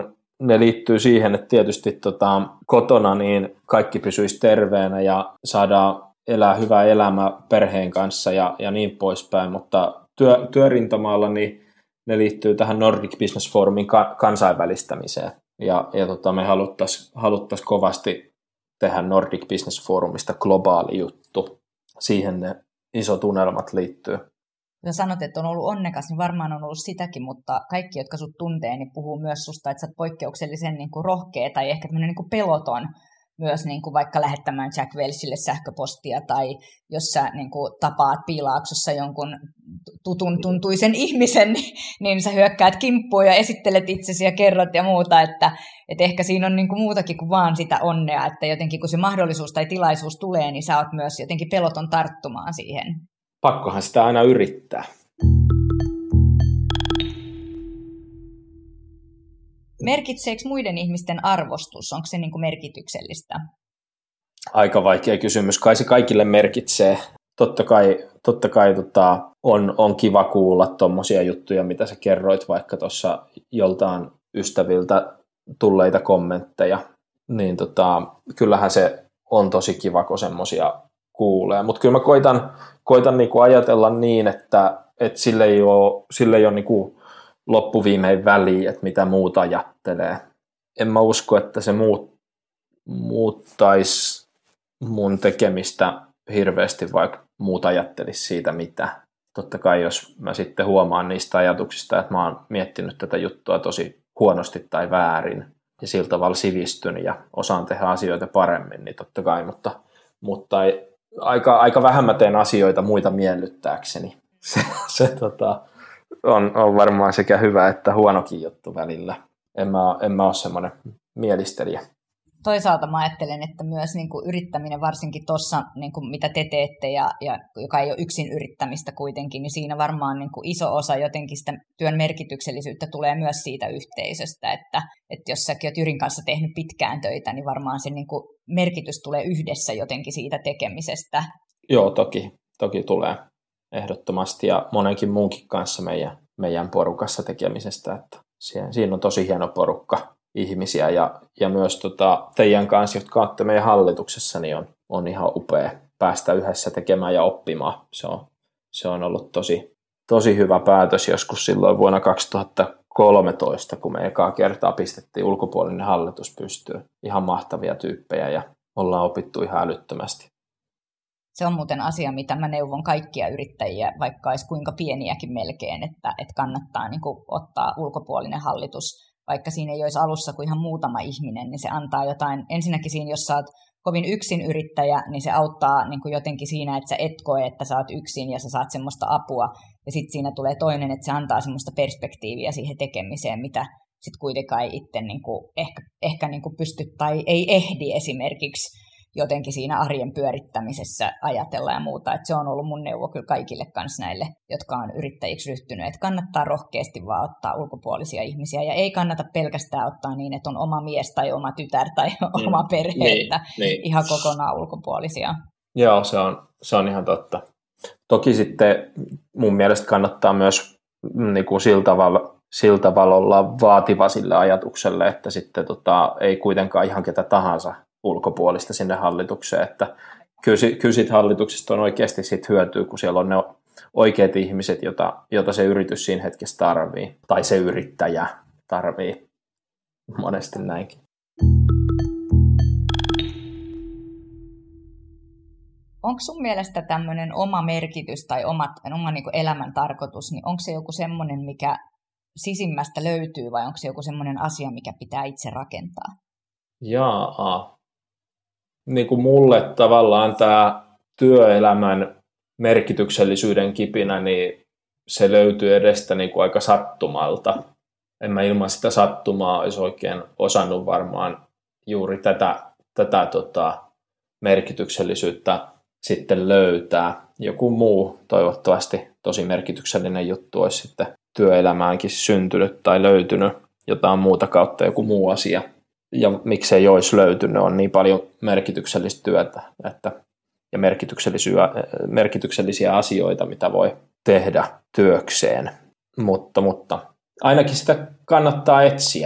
ne liittyy siihen, että tietysti tota, kotona niin kaikki pysyisi terveenä ja saadaan elää hyvää elämää perheen kanssa ja, ja niin poispäin, mutta työ, työrintamalla niin ne liittyy tähän Nordic Business Forumin ka- kansainvälistämiseen. Ja, ja tota, me haluttaisiin haluttais kovasti tehdä Nordic Business Forumista globaali juttu. Siihen ne isot unelmat liittyy. Kun sanot, että on ollut onnekas, niin varmaan on ollut sitäkin, mutta kaikki, jotka sut tuntee, niin puhuu myös susta, että sä oot poikkeuksellisen niin kuin rohkea tai ehkä tämmöinen niin kuin peloton myös niin kuin vaikka lähettämään Jack Welchille sähköpostia tai jos sä niin kuin tapaat Piilaaksossa jonkun tutun tuntuisen ihmisen, niin, niin sä hyökkäät kimppuun ja esittelet itsesi ja kerrot ja muuta, että, että ehkä siinä on niin kuin muutakin kuin vaan sitä onnea, että jotenkin kun se mahdollisuus tai tilaisuus tulee, niin sä oot myös jotenkin peloton tarttumaan siihen. Pakkohan sitä aina yrittää. Merkitseekö muiden ihmisten arvostus? Onko se niin kuin merkityksellistä? Aika vaikea kysymys. Kai se kaikille merkitsee. Totta kai, totta kai tota, on, on kiva kuulla tuommoisia juttuja, mitä sä kerroit vaikka tuossa joltain ystäviltä tulleita kommentteja. Niin tota, kyllähän se on tosi kiva, kun semmoisia kuulee. Mutta kyllä mä koitan, koitan niinku ajatella niin, että et sille ei ole, sille ei ole niinku loppuviimein väliä, että mitä muuta ajattelee. En mä usko, että se muut, muuttaisi mun tekemistä hirveästi, vaikka muut ajattelisi siitä mitä. Totta kai jos mä sitten huomaan niistä ajatuksista, että mä oon miettinyt tätä juttua tosi huonosti tai väärin ja sillä tavalla sivistyn ja osaan tehdä asioita paremmin, niin totta kai, mutta, mutta ei, aika, aika vähän mä teen asioita muita miellyttääkseni. Se, se tota, on, on varmaan sekä hyvä että huonokin juttu välillä. En mä, en mä ole semmoinen mielistelijä. Toisaalta mä ajattelen, että myös niin kuin yrittäminen, varsinkin tuossa, niin kuin mitä te teette, ja, ja, joka ei ole yksin yrittämistä kuitenkin, niin siinä varmaan niin kuin iso osa jotenkin sitä työn merkityksellisyyttä tulee myös siitä yhteisöstä, että, että jos säkin oot Jyrin kanssa tehnyt pitkään töitä, niin varmaan se niin kuin merkitys tulee yhdessä jotenkin siitä tekemisestä. Joo, toki, toki tulee ehdottomasti, ja monenkin muunkin kanssa meidän, meidän porukassa tekemisestä, että siinä on tosi hieno porukka ihmisiä, ja, ja myös tota, teidän kanssa, jotka olette meidän hallituksessa, niin on, on ihan upea päästä yhdessä tekemään ja oppimaan. Se on, se on ollut tosi, tosi hyvä päätös joskus silloin vuonna kaksituhattakolmetoista, kun me ekaa kertaa pistettiin ulkopuolinen hallitus pystyyn. Ihan mahtavia tyyppejä ja ollaan opittu ihan älyttömästi. Se on muuten asia, mitä mä neuvon kaikkia yrittäjiä, vaikka olisi kuinka pieniäkin melkein, että, että kannattaa niin kuin ottaa ulkopuolinen hallitus. Vaikka siinä ei olisi alussa kuin ihan muutama ihminen, niin se antaa jotain. Ensinnäkin siinä, jos sä oot kovin yksin yrittäjä, niin se auttaa niin kuin jotenkin siinä, että sä et koe, että sä oot yksin ja sä saat semmoista apua. Ja sitten siinä tulee toinen, että se antaa semmoista perspektiiviä siihen tekemiseen, mitä sitten kuitenkaan ei itse niin kuin ehkä, ehkä niin kuin pysty tai ei ehdi esimerkiksi jotenkin siinä arjen pyörittämisessä ajatella ja muuta. Että se on ollut mun neuvo kyllä kaikille kanssa näille, jotka on yrittäjiksi ryhtynyt. Että kannattaa rohkeasti vaan ottaa ulkopuolisia ihmisiä. Ja ei kannata pelkästään ottaa niin, että on oma mies tai oma tytär tai mm. oma perhe, niin, että niin. Ihan kokonaan ulkopuolisia. Joo, se on, se on ihan totta. Toki sitten mun mielestä kannattaa myös niin kuin sillä tavalla, sillä tavalla olla vaativa sille ajatukselle, että sitten tota, ei kuitenkaan ihan ketä tahansa ulkopuolista sinne hallitukseen, että kyllä, kyllä siitä hallituksesta on oikeasti sit hyötyä, kun siellä on ne oikeat ihmiset, jota, jota se yritys siinä hetkessä tarvii, tai se yrittäjä tarvii, monesti näinkin. Onko sun mielestä tämmöinen oma merkitys tai omat, oma niin kuin elämän tarkoitus, niin onko se joku semmoinen, mikä sisimmästä löytyy, vai onko se joku semmoinen asia, mikä pitää itse rakentaa? Jaa. Niin kuin mulle tavallaan tämä työelämän merkityksellisyyden kipinä, niin se löytyy edestä niin kuin aika sattumalta. En mä ilman sitä sattumaa olisi oikein osannut varmaan juuri tätä, tätä tota, merkityksellisyyttä sitten löytää. Joku muu toivottavasti tosi merkityksellinen juttu olisi sitten työelämäänkin syntynyt tai löytynyt jotain muuta kautta, joku muu asia. Ja miksei olisi löytynyt, on niin paljon merkityksellistä työtä että, ja merkityksellisiä, merkityksellisiä asioita, mitä voi tehdä työkseen. Mutta, mutta ainakin sitä kannattaa etsiä.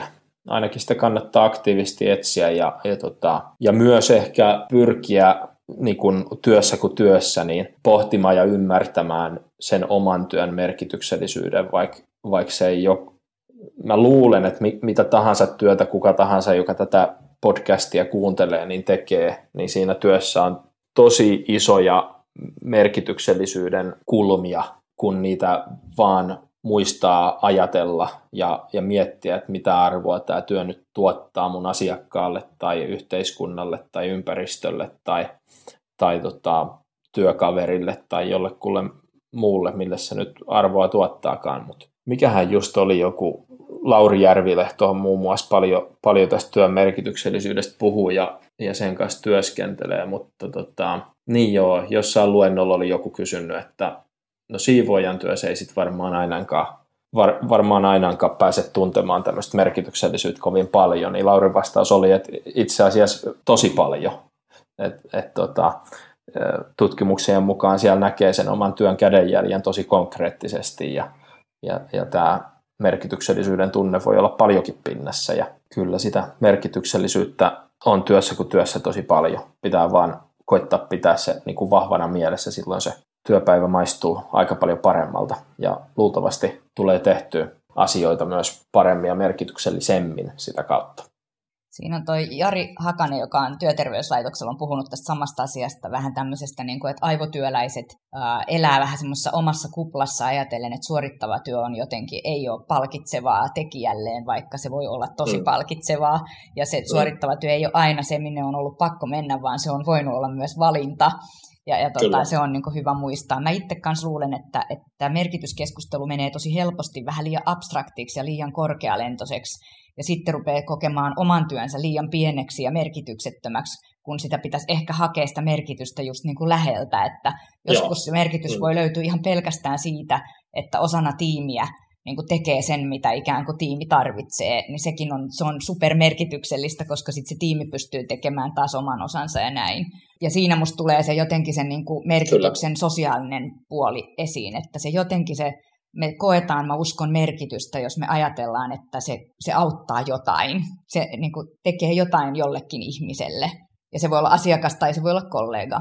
ainakin sitä kannattaa aktiivisesti etsiä ja, ja, tota, ja myös ehkä pyrkiä niin kuin työssä kuin työssä niin pohtimaan ja ymmärtämään sen oman työn merkityksellisyyden, vaikka vaik se ei ole, mä luulen, että mi, mitä tahansa työtä kuka tahansa, joka tätä podcastia kuuntelee, niin tekee, niin siinä työssä on tosi isoja merkityksellisyyden kulmia, kun niitä vaan muistaa ajatella ja, ja miettiä, että mitä arvoa tämä työ nyt tuottaa mun asiakkaalle tai yhteiskunnalle tai ympäristölle tai, tai tota, työkaverille tai jollekulle muulle, mille se nyt arvoa tuottaakaan. Mut mikähän just oli joku, Lauri Järvilehto on muun muassa paljon, paljon tästä työn merkityksellisyydestä puhuu ja, ja sen kanssa työskentelee, mutta tota, niin joo, jossain luennolla oli joku kysynyt, että no siivoojan työssä ei sit varmaan ainakaan, var, varmaan ainakaan pääse tuntemaan tämmöistä merkityksellisyyttä kovin paljon, niin Laurin vastaus oli, että itse asiassa tosi paljon. Et, et tota, tutkimuksien mukaan siellä näkee sen oman työn kädenjäljen tosi konkreettisesti ja, ja, ja tämä merkityksellisyyden tunne voi olla paljonkin pinnassa ja kyllä sitä merkityksellisyyttä on työssä kuin työssä tosi paljon. Pitää vaan koittaa pitää se niin kuin vahvana mielessä, silloin se työpäivä maistuu aika paljon paremmalta ja luultavasti tulee tehtyä asioita myös paremmin ja merkityksellisemmin sitä kautta. Siinä on toi Jari Hakanen, joka on Työterveyslaitoksella, on puhunut tästä samasta asiasta, vähän tämmöisestä, niin kuin, että aivotyöläiset ää, elää vähän semmoisessa omassa kuplassa ajatellen, että suorittava työ on jotenkin, ei ole palkitsevaa tekijälleen, vaikka se voi olla tosi mm. palkitsevaa, ja se suorittava työ ei ole aina se, minne on ollut pakko mennä, vaan se on voinut olla myös valinta. Ja, ja tota, se on niin kuin hyvä muistaa. Mä itse kanssa luulen, että, että merkityskeskustelu menee tosi helposti vähän liian abstraktiksi ja liian korkealentoiseksi. Ja sitten rupeaa kokemaan oman työnsä liian pieneksi ja merkityksettömäksi, kun sitä pitäisi ehkä hakea sitä merkitystä just niin kuin läheltä. Että joskus se merkitys voi löytyä ihan pelkästään siitä, että osana tiimiä niin kuin tekee sen, mitä ikään kuin tiimi tarvitsee. Niin sekin on, se on supermerkityksellistä, koska sitten se tiimi pystyy tekemään taas oman osansa ja näin. Ja siinä musta tulee se jotenkin sen niin kuin merkityksen Kyllä. sosiaalinen puoli esiin, että se jotenkin se, me koetaan, mä uskon merkitystä, jos me ajatellaan, että se, se auttaa jotain. Se niin kuin tekee jotain jollekin ihmiselle. Ja se voi olla asiakas tai se voi olla kollega.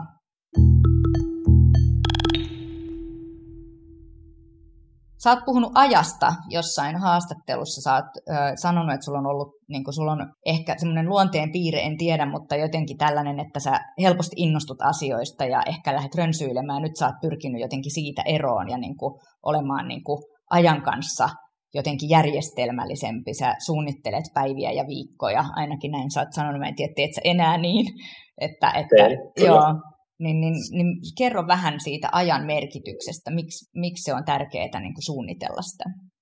Sä oot puhunut ajasta jossain haastattelussa, sä oot ö, sanonut, että sulla on ollut, niin kuin sulla on ehkä semmoinen luonteen piirre, en tiedä, mutta jotenkin tällainen, että sä helposti innostut asioista ja ehkä lähdet rönsyilemään. Nyt sä oot pyrkinyt jotenkin siitä eroon ja niin kuin olemaan niin kuin ajan kanssa jotenkin järjestelmällisempi. Sä suunnittelet päiviä ja viikkoja, ainakin näin sä oot sanonut, mä en tiedä, teet sä enää niin, että, että Ei, joo. Niin, niin, niin kerro vähän siitä ajan merkityksestä, miksi, miksi se on tärkeää niin kuin suunnitella sitä?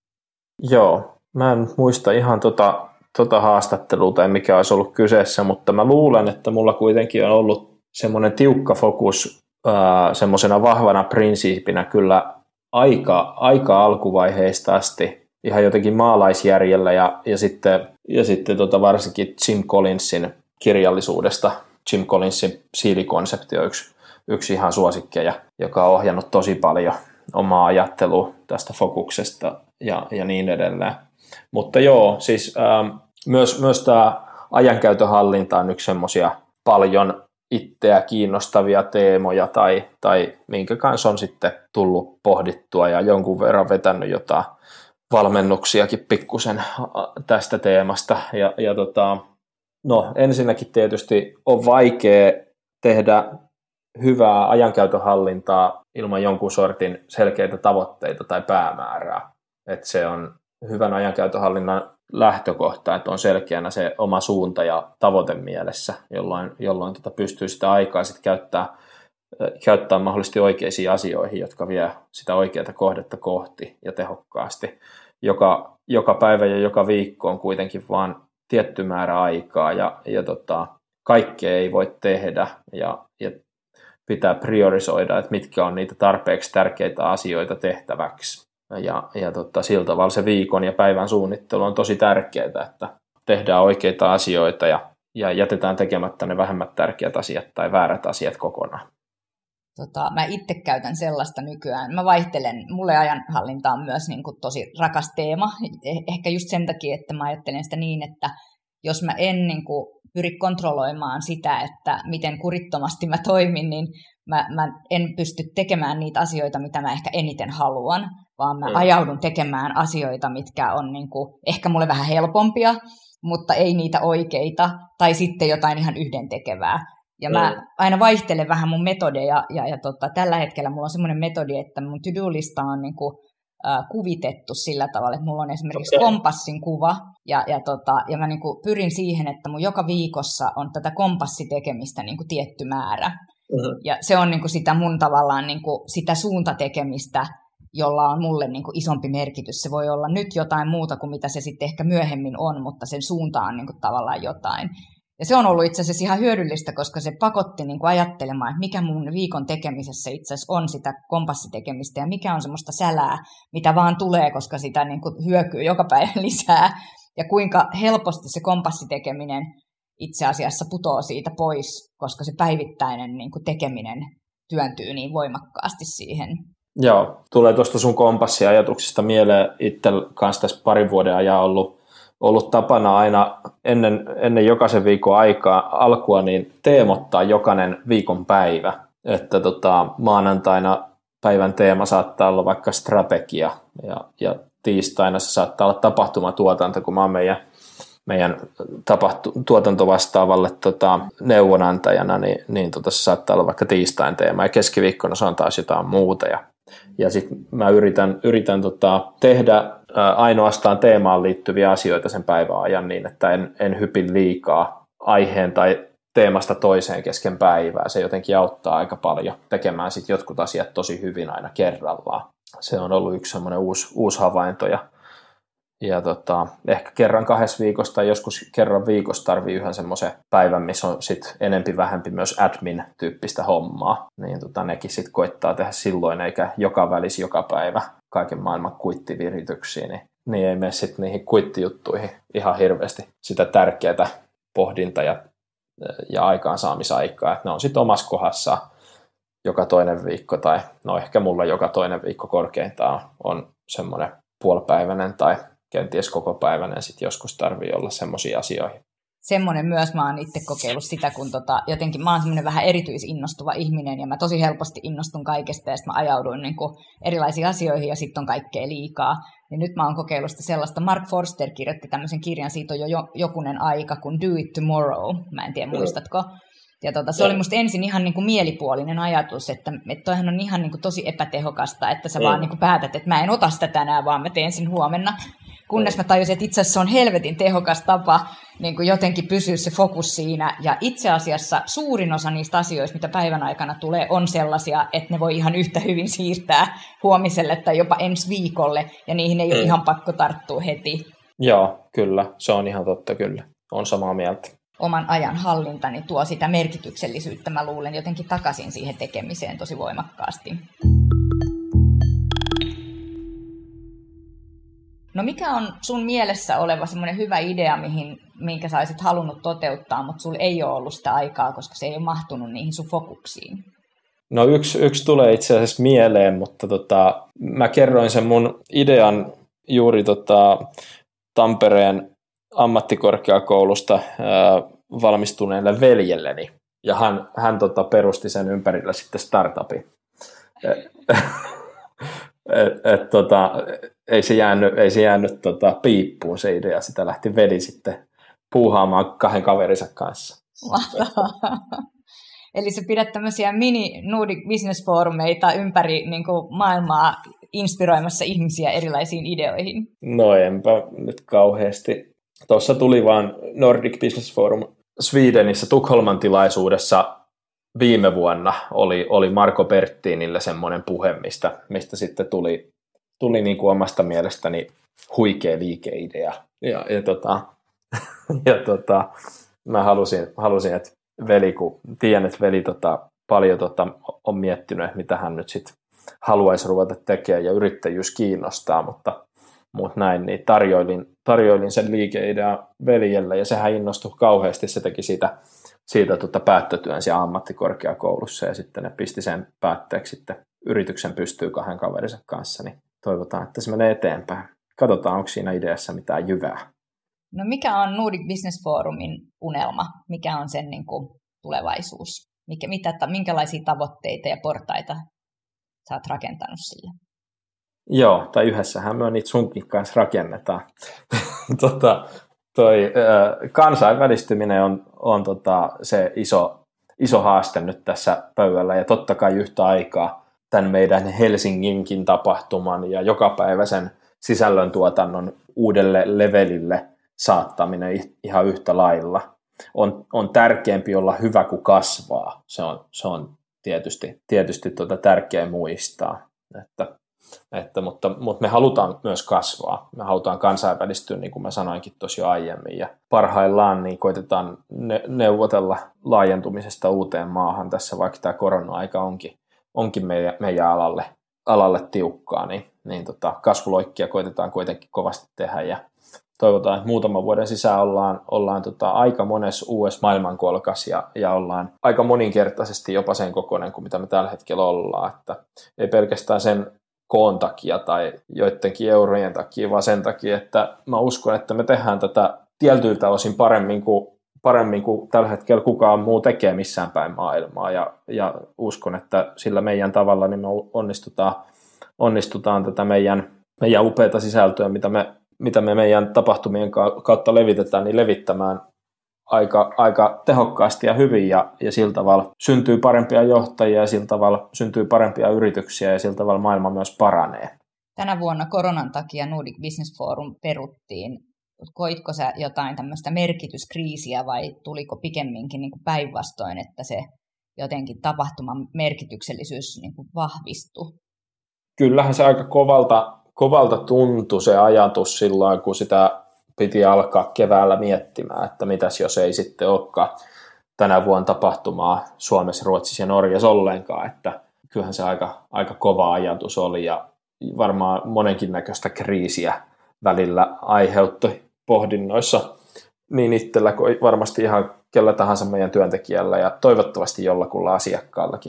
Joo, mä en muista ihan tota, tota haastattelua tai mikä olisi ollut kyseessä, mutta mä luulen, että mulla kuitenkin on ollut semmoinen tiukka fokus ää, semmoisena vahvana prinsiipinä kyllä aika, aika alkuvaiheista asti ihan jotenkin maalaisjärjellä ja, ja sitten, ja sitten tota varsinkin Jim Collinsin kirjallisuudesta. Jim Collinsin siilikonsepti on yksi, yksi ihan suosikkeja, joka on ohjannut tosi paljon omaa ajattelua tästä fokuksesta ja, ja niin edelleen. Mutta joo, siis ähm, myös, myös tämä ajankäytön hallinta on yksi semmoisia paljon itseä kiinnostavia teemoja tai, tai minkä kanssa on sitten tullut pohdittua ja jonkun verran vetänyt jotain valmennuksiakin pikkusen tästä teemasta ja, ja tota, no ensinnäkin tietysti on vaikea tehdä hyvää ajankäytön hallintaa ilman jonkun sortin selkeitä tavoitteita tai päämäärää. Että se on hyvän ajankäytön hallinnan lähtökohta, että on selkeänä se oma suunta ja tavoite mielessä, jolloin, jolloin tota pystyy sitä aikaa sit käyttää, käyttää mahdollisesti oikeisiin asioihin, jotka vie sitä oikeaa kohdetta kohti ja tehokkaasti. Joka, joka päivä ja joka viikko on kuitenkin vaan tietty määrä aikaa ja, ja tota, kaikkea ei voi tehdä ja, ja pitää priorisoida, että mitkä on niitä tarpeeksi tärkeitä asioita tehtäväksi. Ja, ja tota, sillä tavalla se viikon ja päivän suunnittelu on tosi tärkeää, että tehdään oikeita asioita ja, ja jätetään tekemättä ne vähemmät tärkeät asiat tai väärät asiat kokonaan. Tota, mä itse käytän sellaista nykyään. Mä vaihtelen, mulle ajanhallinta on myös niin kuin tosi rakas teema. Ehkä just sen takia, että mä ajattelen sitä niin, että jos mä en niin kuin pyri kontrolloimaan sitä, että miten kurittomasti mä toimin, niin mä, mä en pysty tekemään niitä asioita, mitä mä ehkä eniten haluan, vaan mä mm. ajaudun tekemään asioita, mitkä on niin kuin ehkä mulle vähän helpompia, mutta ei niitä oikeita, tai sitten jotain ihan yhdentekevää. Ja mä mm. aina vaihtelen vähän mun metodeja, ja, ja tota, tällä hetkellä mulla on semmoinen metodi, että mun to-do-lista on niinku, äh, kuvitettu sillä tavalla, että mulla on esimerkiksi okay. kompassin kuva, ja, ja, tota, ja mä niinku pyrin siihen, että mun joka viikossa on tätä kompassitekemistä niinku tietty määrä. Mm-hmm. Ja se on niinku sitä mun tavallaan niinku, sitä suuntatekemistä, jolla on mulle niinku isompi merkitys. Se voi olla nyt jotain muuta kuin mitä se sitten ehkä myöhemmin on, mutta sen suunta on niinku tavallaan jotain. Ja se on ollut itse asiassa ihan hyödyllistä, koska se pakotti niin kuin ajattelemaan, että mikä mun viikon tekemisessä itse asiassa on sitä kompassitekemistä ja mikä on semmoista sälää, mitä vaan tulee, koska sitä niin kuin hyökyy joka päivä lisää. Ja kuinka helposti se kompassitekeminen itse asiassa putoo siitä pois, koska se päivittäinen niin kuin tekeminen työntyy niin voimakkaasti siihen. Joo, tulee tuosta sun kompassiajatuksista mieleen itse kanssa tässä parin vuoden ajan ollut ollut tapana aina ennen, ennen jokaisen viikon aikaa alkua niin teemottaa jokainen viikon päivä. Että tota, maanantaina päivän teema saattaa olla vaikka strategia ja, ja tiistaina se saattaa olla tapahtumatuotanto, kun mä oon meidän, meidän tapahtu, tuotantovastaavalle tota, neuvonantajana, niin, niin tota, se saattaa olla vaikka tiistain teema ja keskiviikkona se on taas jotain muuta. Ja, ja sitten mä yritän, yritän tota, tehdä ainoastaan teemaan liittyviä asioita sen päivän ajan niin, että en, en hypi liikaa aiheen tai teemasta toiseen kesken päivää. Se jotenkin auttaa aika paljon tekemään sit jotkut asiat tosi hyvin aina kerrallaan. Se on ollut yksi semmoinen uusi, uusi havainto. Ja, ja tota, ehkä kerran kahdessa viikossa tai joskus kerran viikossa tarvii yhden semmoisen päivän, missä on sit enempi vähempi myös admin-tyyppistä hommaa. Niin tota, nekin sitten koittaa tehdä silloin, eikä joka välis joka päivä kaiken maailman kuittivirityksiin, niin, niin ei mene sitten niihin kuittijuttuihin ihan hirveästi sitä tärkeää pohdinta- ja, ja aikaansaamisaikaa. Että ne on sitten omassa kohdassa joka toinen viikko, tai no ehkä mulla joka toinen viikko korkeintaan on, on semmoinen puolipäiväinen tai kenties kokopäiväinen, sitten joskus tarvii olla semmoisiin asioihin. Semmoinen myös, mä oon itse kokeillut sitä, kun tota, jotenkin mä oon semmoinen vähän erityisinnostuva ihminen, ja mä tosi helposti innostun kaikesta, ja sitten mä ajauduin niin kuin erilaisiin asioihin, ja sitten on kaikkea liikaa. Ja nyt mä oon kokeillut sitä sellaista, Mark Forster kirjoitti tämmöisen kirjan, siitä on jo, jo jokunen aika, kun Do It Tomorrow, mä en tiedä muistatko. Ja tota, se oli musta ensin ihan niin kuin mielipuolinen ajatus, että, että toihan on ihan niin kuin tosi epätehokasta, että sä mm. vaan niin kuin päätät, että mä en ota sitä tänään, vaan mä teen sen huomenna. Kunnes mä tajusin, että itse asiassa se on helvetin tehokas tapa niin kuin jotenkin pysyä se fokus siinä. Ja itse asiassa suurin osa niistä asioista, mitä päivän aikana tulee, on sellaisia, että ne voi ihan yhtä hyvin siirtää huomiselle tai jopa ensi viikolle. Ja niihin ei mm. ole ihan pakko tarttua heti. Joo, kyllä. Se on ihan totta, kyllä. On samaa mieltä. Oman ajan hallintani tuo sitä merkityksellisyyttä, mä luulen, jotenkin takaisin siihen tekemiseen tosi voimakkaasti. No mikä on sun mielessä oleva semmoinen hyvä idea, mihin, minkä sä olisit halunnut toteuttaa, mutta sulla ei ole ollut sitä aikaa, koska se ei ole mahtunut niihin sun fokuksiin? No yksi, yksi tulee itse asiassa mieleen, mutta tota, mä kerroin sen mun idean juuri tota, Tampereen ammattikorkeakoulusta ää, valmistuneelle veljelleni, ja hän, hän tota, perusti sen ympärillä sitten startupin. Et, et, tota, ei se jäänyt, ei se jäänyt tota, piippuun se idea, sitä lähti veli sitten puuhaamaan kahden kaverinsa kanssa. Eli sä pidät tämmöisiä mini Nordic Business Forumeita ympäri niin kuin maailmaa inspiroimassa ihmisiä erilaisiin ideoihin. No enpä nyt kauheasti. Tuossa tuli vaan Nordic Business Forum Swedenissä Tukholman tilaisuudessa viime vuonna oli, oli Marko Berttinille semmoinen puhe, mistä, mistä sitten tuli, tuli niin kuin omasta mielestäni huikea liikeidea. Ja, ja, tota, ja tota, mä halusin, halusin, että veli, kun tiedän, että veli tota, paljon tota, on miettinyt, että mitä hän nyt sitten haluaisi ruveta tekemään ja yrittäjyys kiinnostaa, mutta, mutta näin, niin tarjoilin, tarjoilin sen liikeidean veljelle ja sehän innostui kauheasti, se teki siitä siitä tota päättötyön siellä ammattikorkeakoulussa ja sitten ne pisti sen päätteeksi sitten yrityksen pystyy kahden kaverinsa kanssa, niin toivotaan, että se menee eteenpäin. Katsotaan, onko siinä ideassa mitään jyvää. No mikä on Nordic Business Forumin unelma? Mikä on sen niin kuin tulevaisuus? Mikä, mitä, minkälaisia tavoitteita ja portaita sä oot rakentanut sille? Joo, tai yhdessähän me niitä sunkin kanssa rakennetaan. tota, toi, äh, kansainvälistyminen on, on tota, se iso, iso haaste nyt tässä pöydällä, ja totta kai yhtä aikaa tämän meidän Helsinginkin tapahtuman ja jokapäiväisen sisällöntuotannon uudelle levelille saattaminen ihan yhtä lailla. On, on tärkeämpi olla hyvä kuin kasvaa. Se on, se on tietysti, tietysti tuota tärkeä muistaa. Että, että, mutta, mutta me halutaan myös kasvaa. Me halutaan kansainvälistyä, niin kuin mä sanoinkin tuossa jo aiemmin. Ja parhaillaan niin koitetaan ne, neuvotella laajentumisesta uuteen maahan tässä, vaikka tämä korona-aika onkin, onkin meidän, meidän alalle, alalle tiukkaa. Niin, niin tota, kasvuloikkia koitetaan kuitenkin kovasti tehdä ja toivotaan, että muutaman vuoden sisään ollaan, ollaan tota aika monessa uudessa maailmankolkassa ja, ja ollaan aika moninkertaisesti jopa sen kokoinen kuin mitä me tällä hetkellä ollaan. Että ei pelkästään sen koon takia tai joidenkin eurojen takia, vaan sen takia, että mä uskon, että me tehdään tätä tietyiltä osin paremmin kuin, paremmin kuin tällä hetkellä kukaan muu tekee missään päin maailmaa. Ja, ja uskon, että sillä meidän tavalla niin me onnistutaan, onnistutaan tätä meidän, meidän upeata sisältöä, mitä me mitä me meidän tapahtumien kautta levitetään, niin levittämään aika, aika tehokkaasti ja hyvin, ja, ja sillä tavalla syntyy parempia johtajia, ja sillä tavalla syntyy parempia yrityksiä, ja sillä tavalla maailma myös paranee. Tänä vuonna koronan takia Nordic Business Forum peruttiin. Koitko sä jotain tämmöistä merkityskriisiä, vai tuliko pikemminkin niin kuin päinvastoin, että se jotenkin tapahtuman merkityksellisyys niin kuin vahvistui? Kyllähän se aika kovalta Kovalta tuntui se ajatus silloin, kun sitä piti alkaa keväällä miettimään, että mitäs jos ei sitten olekaan tänä vuonna tapahtumaa Suomessa, Ruotsissa ja Norjassa ollenkaan, että kyllähän se aika, aika kova ajatus oli ja varmaan monenkin näköistä kriisiä välillä aiheutti pohdinnoissa niin itsellä kuin varmasti ihan kellä tahansa meidän työntekijällä ja toivottavasti jollakulla asiakkaallakin.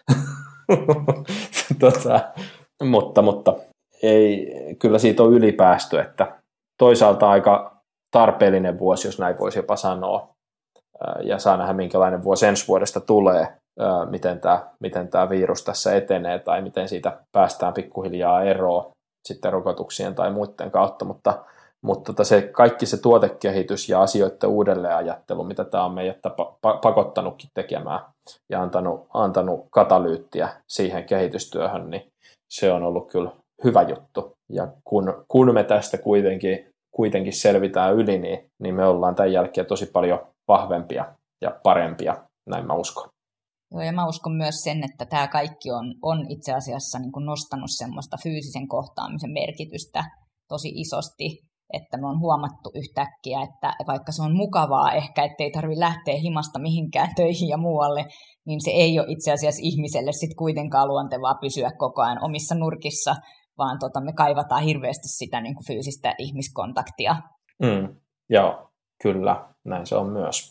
tota, mutta, mutta ei, kyllä siitä on ylipäästy, että toisaalta aika tarpeellinen vuosi, jos näin voisi jopa sanoa, ja saa nähdä minkälainen vuosi ensi vuodesta tulee, miten tämä, miten tämä virus tässä etenee tai miten siitä päästään pikkuhiljaa eroon sitten rokotuksien tai muiden kautta, mutta, mutta tota se, kaikki se tuotekehitys ja asioiden uudelleenajattelu, mitä tämä on meidät pakottanutkin tekemään ja antanut, antanut katalyyttiä siihen kehitystyöhön, niin se on ollut kyllä hyvä juttu. Ja kun, kun me tästä kuitenkin, kuitenkin selvitään yli, niin, niin me ollaan tämän jälkeen tosi paljon vahvempia ja parempia, näin mä uskon. Joo, ja mä uskon myös sen, että tämä kaikki on, on itse asiassa niin kuin nostanut semmoista fyysisen kohtaamisen merkitystä tosi isosti, että me on huomattu yhtäkkiä, että vaikka se on mukavaa ehkä, ettei tarvitse lähteä himasta mihinkään töihin ja muualle, niin se ei ole itse asiassa ihmiselle sit kuitenkaan luontevaa pysyä koko ajan omissa nurkissa, vaan tota, me kaivataan hirveästi sitä niin kuin fyysistä ihmiskontaktia. Mm, joo, kyllä, näin se on myös.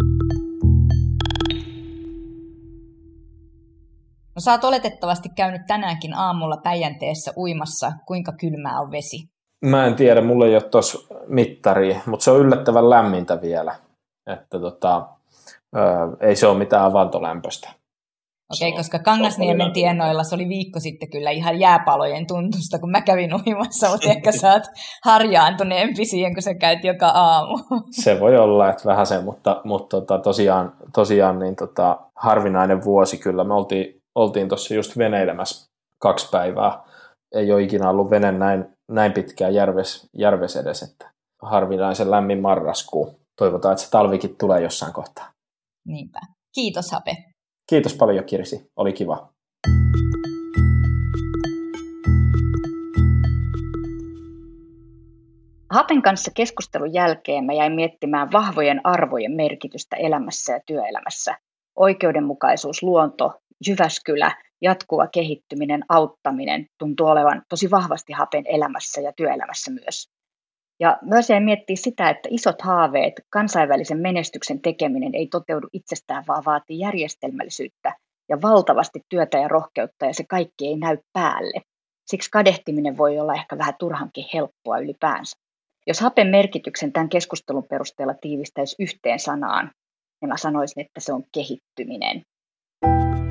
No sä oot oletettavasti käynyt tänäänkin aamulla Päijänteessä uimassa. Kuinka kylmää on vesi? Mä en tiedä, mulla ei ole tuossa mittaria, mutta se on yllättävän lämmintä vielä. Että tota, ö, ei se ole mitään avantolämpöistä. Okei, okay, koska Kangasniemen tienoilla se oli viikko sitten kyllä ihan jääpalojen tuntusta, kun mä kävin uimassa, mutta ehkä sä oot harjaantuneempi siihen, kun sä käyt joka aamu. Se voi olla, että vähän se, mutta, mutta tota, tosiaan, tosiaan niin tota, harvinainen vuosi kyllä. Me oltiin, oltiin tuossa just veneilemässä kaksi päivää. Ei ole ikinä ollut vene näin, näin pitkään järves, järves edes, että harvinaisen lämmin marraskuu. Toivotaan, että se talvikin tulee jossain kohtaa. Niinpä. Kiitos, Hape. Kiitos paljon, Kirsi. Oli kiva. Hapen kanssa keskustelun jälkeen mä jäin miettimään vahvojen arvojen merkitystä elämässä ja työelämässä. Oikeudenmukaisuus, luonto, Jyväskylä, jatkuva kehittyminen, auttaminen tuntuu olevan tosi vahvasti Hapen elämässä ja työelämässä myös. Ja myös jäin miettiä sitä, että isot haaveet, kansainvälisen menestyksen tekeminen ei toteudu itsestään, vaan vaatii järjestelmällisyyttä ja valtavasti työtä ja rohkeutta, ja se kaikki ei näy päälle. Siksi kadehtiminen voi olla ehkä vähän turhankin helppoa ylipäänsä. Jos hapen merkityksen tämän keskustelun perusteella tiivistäisi yhteen sanaan, niin mä sanoisin, että se on kehittyminen.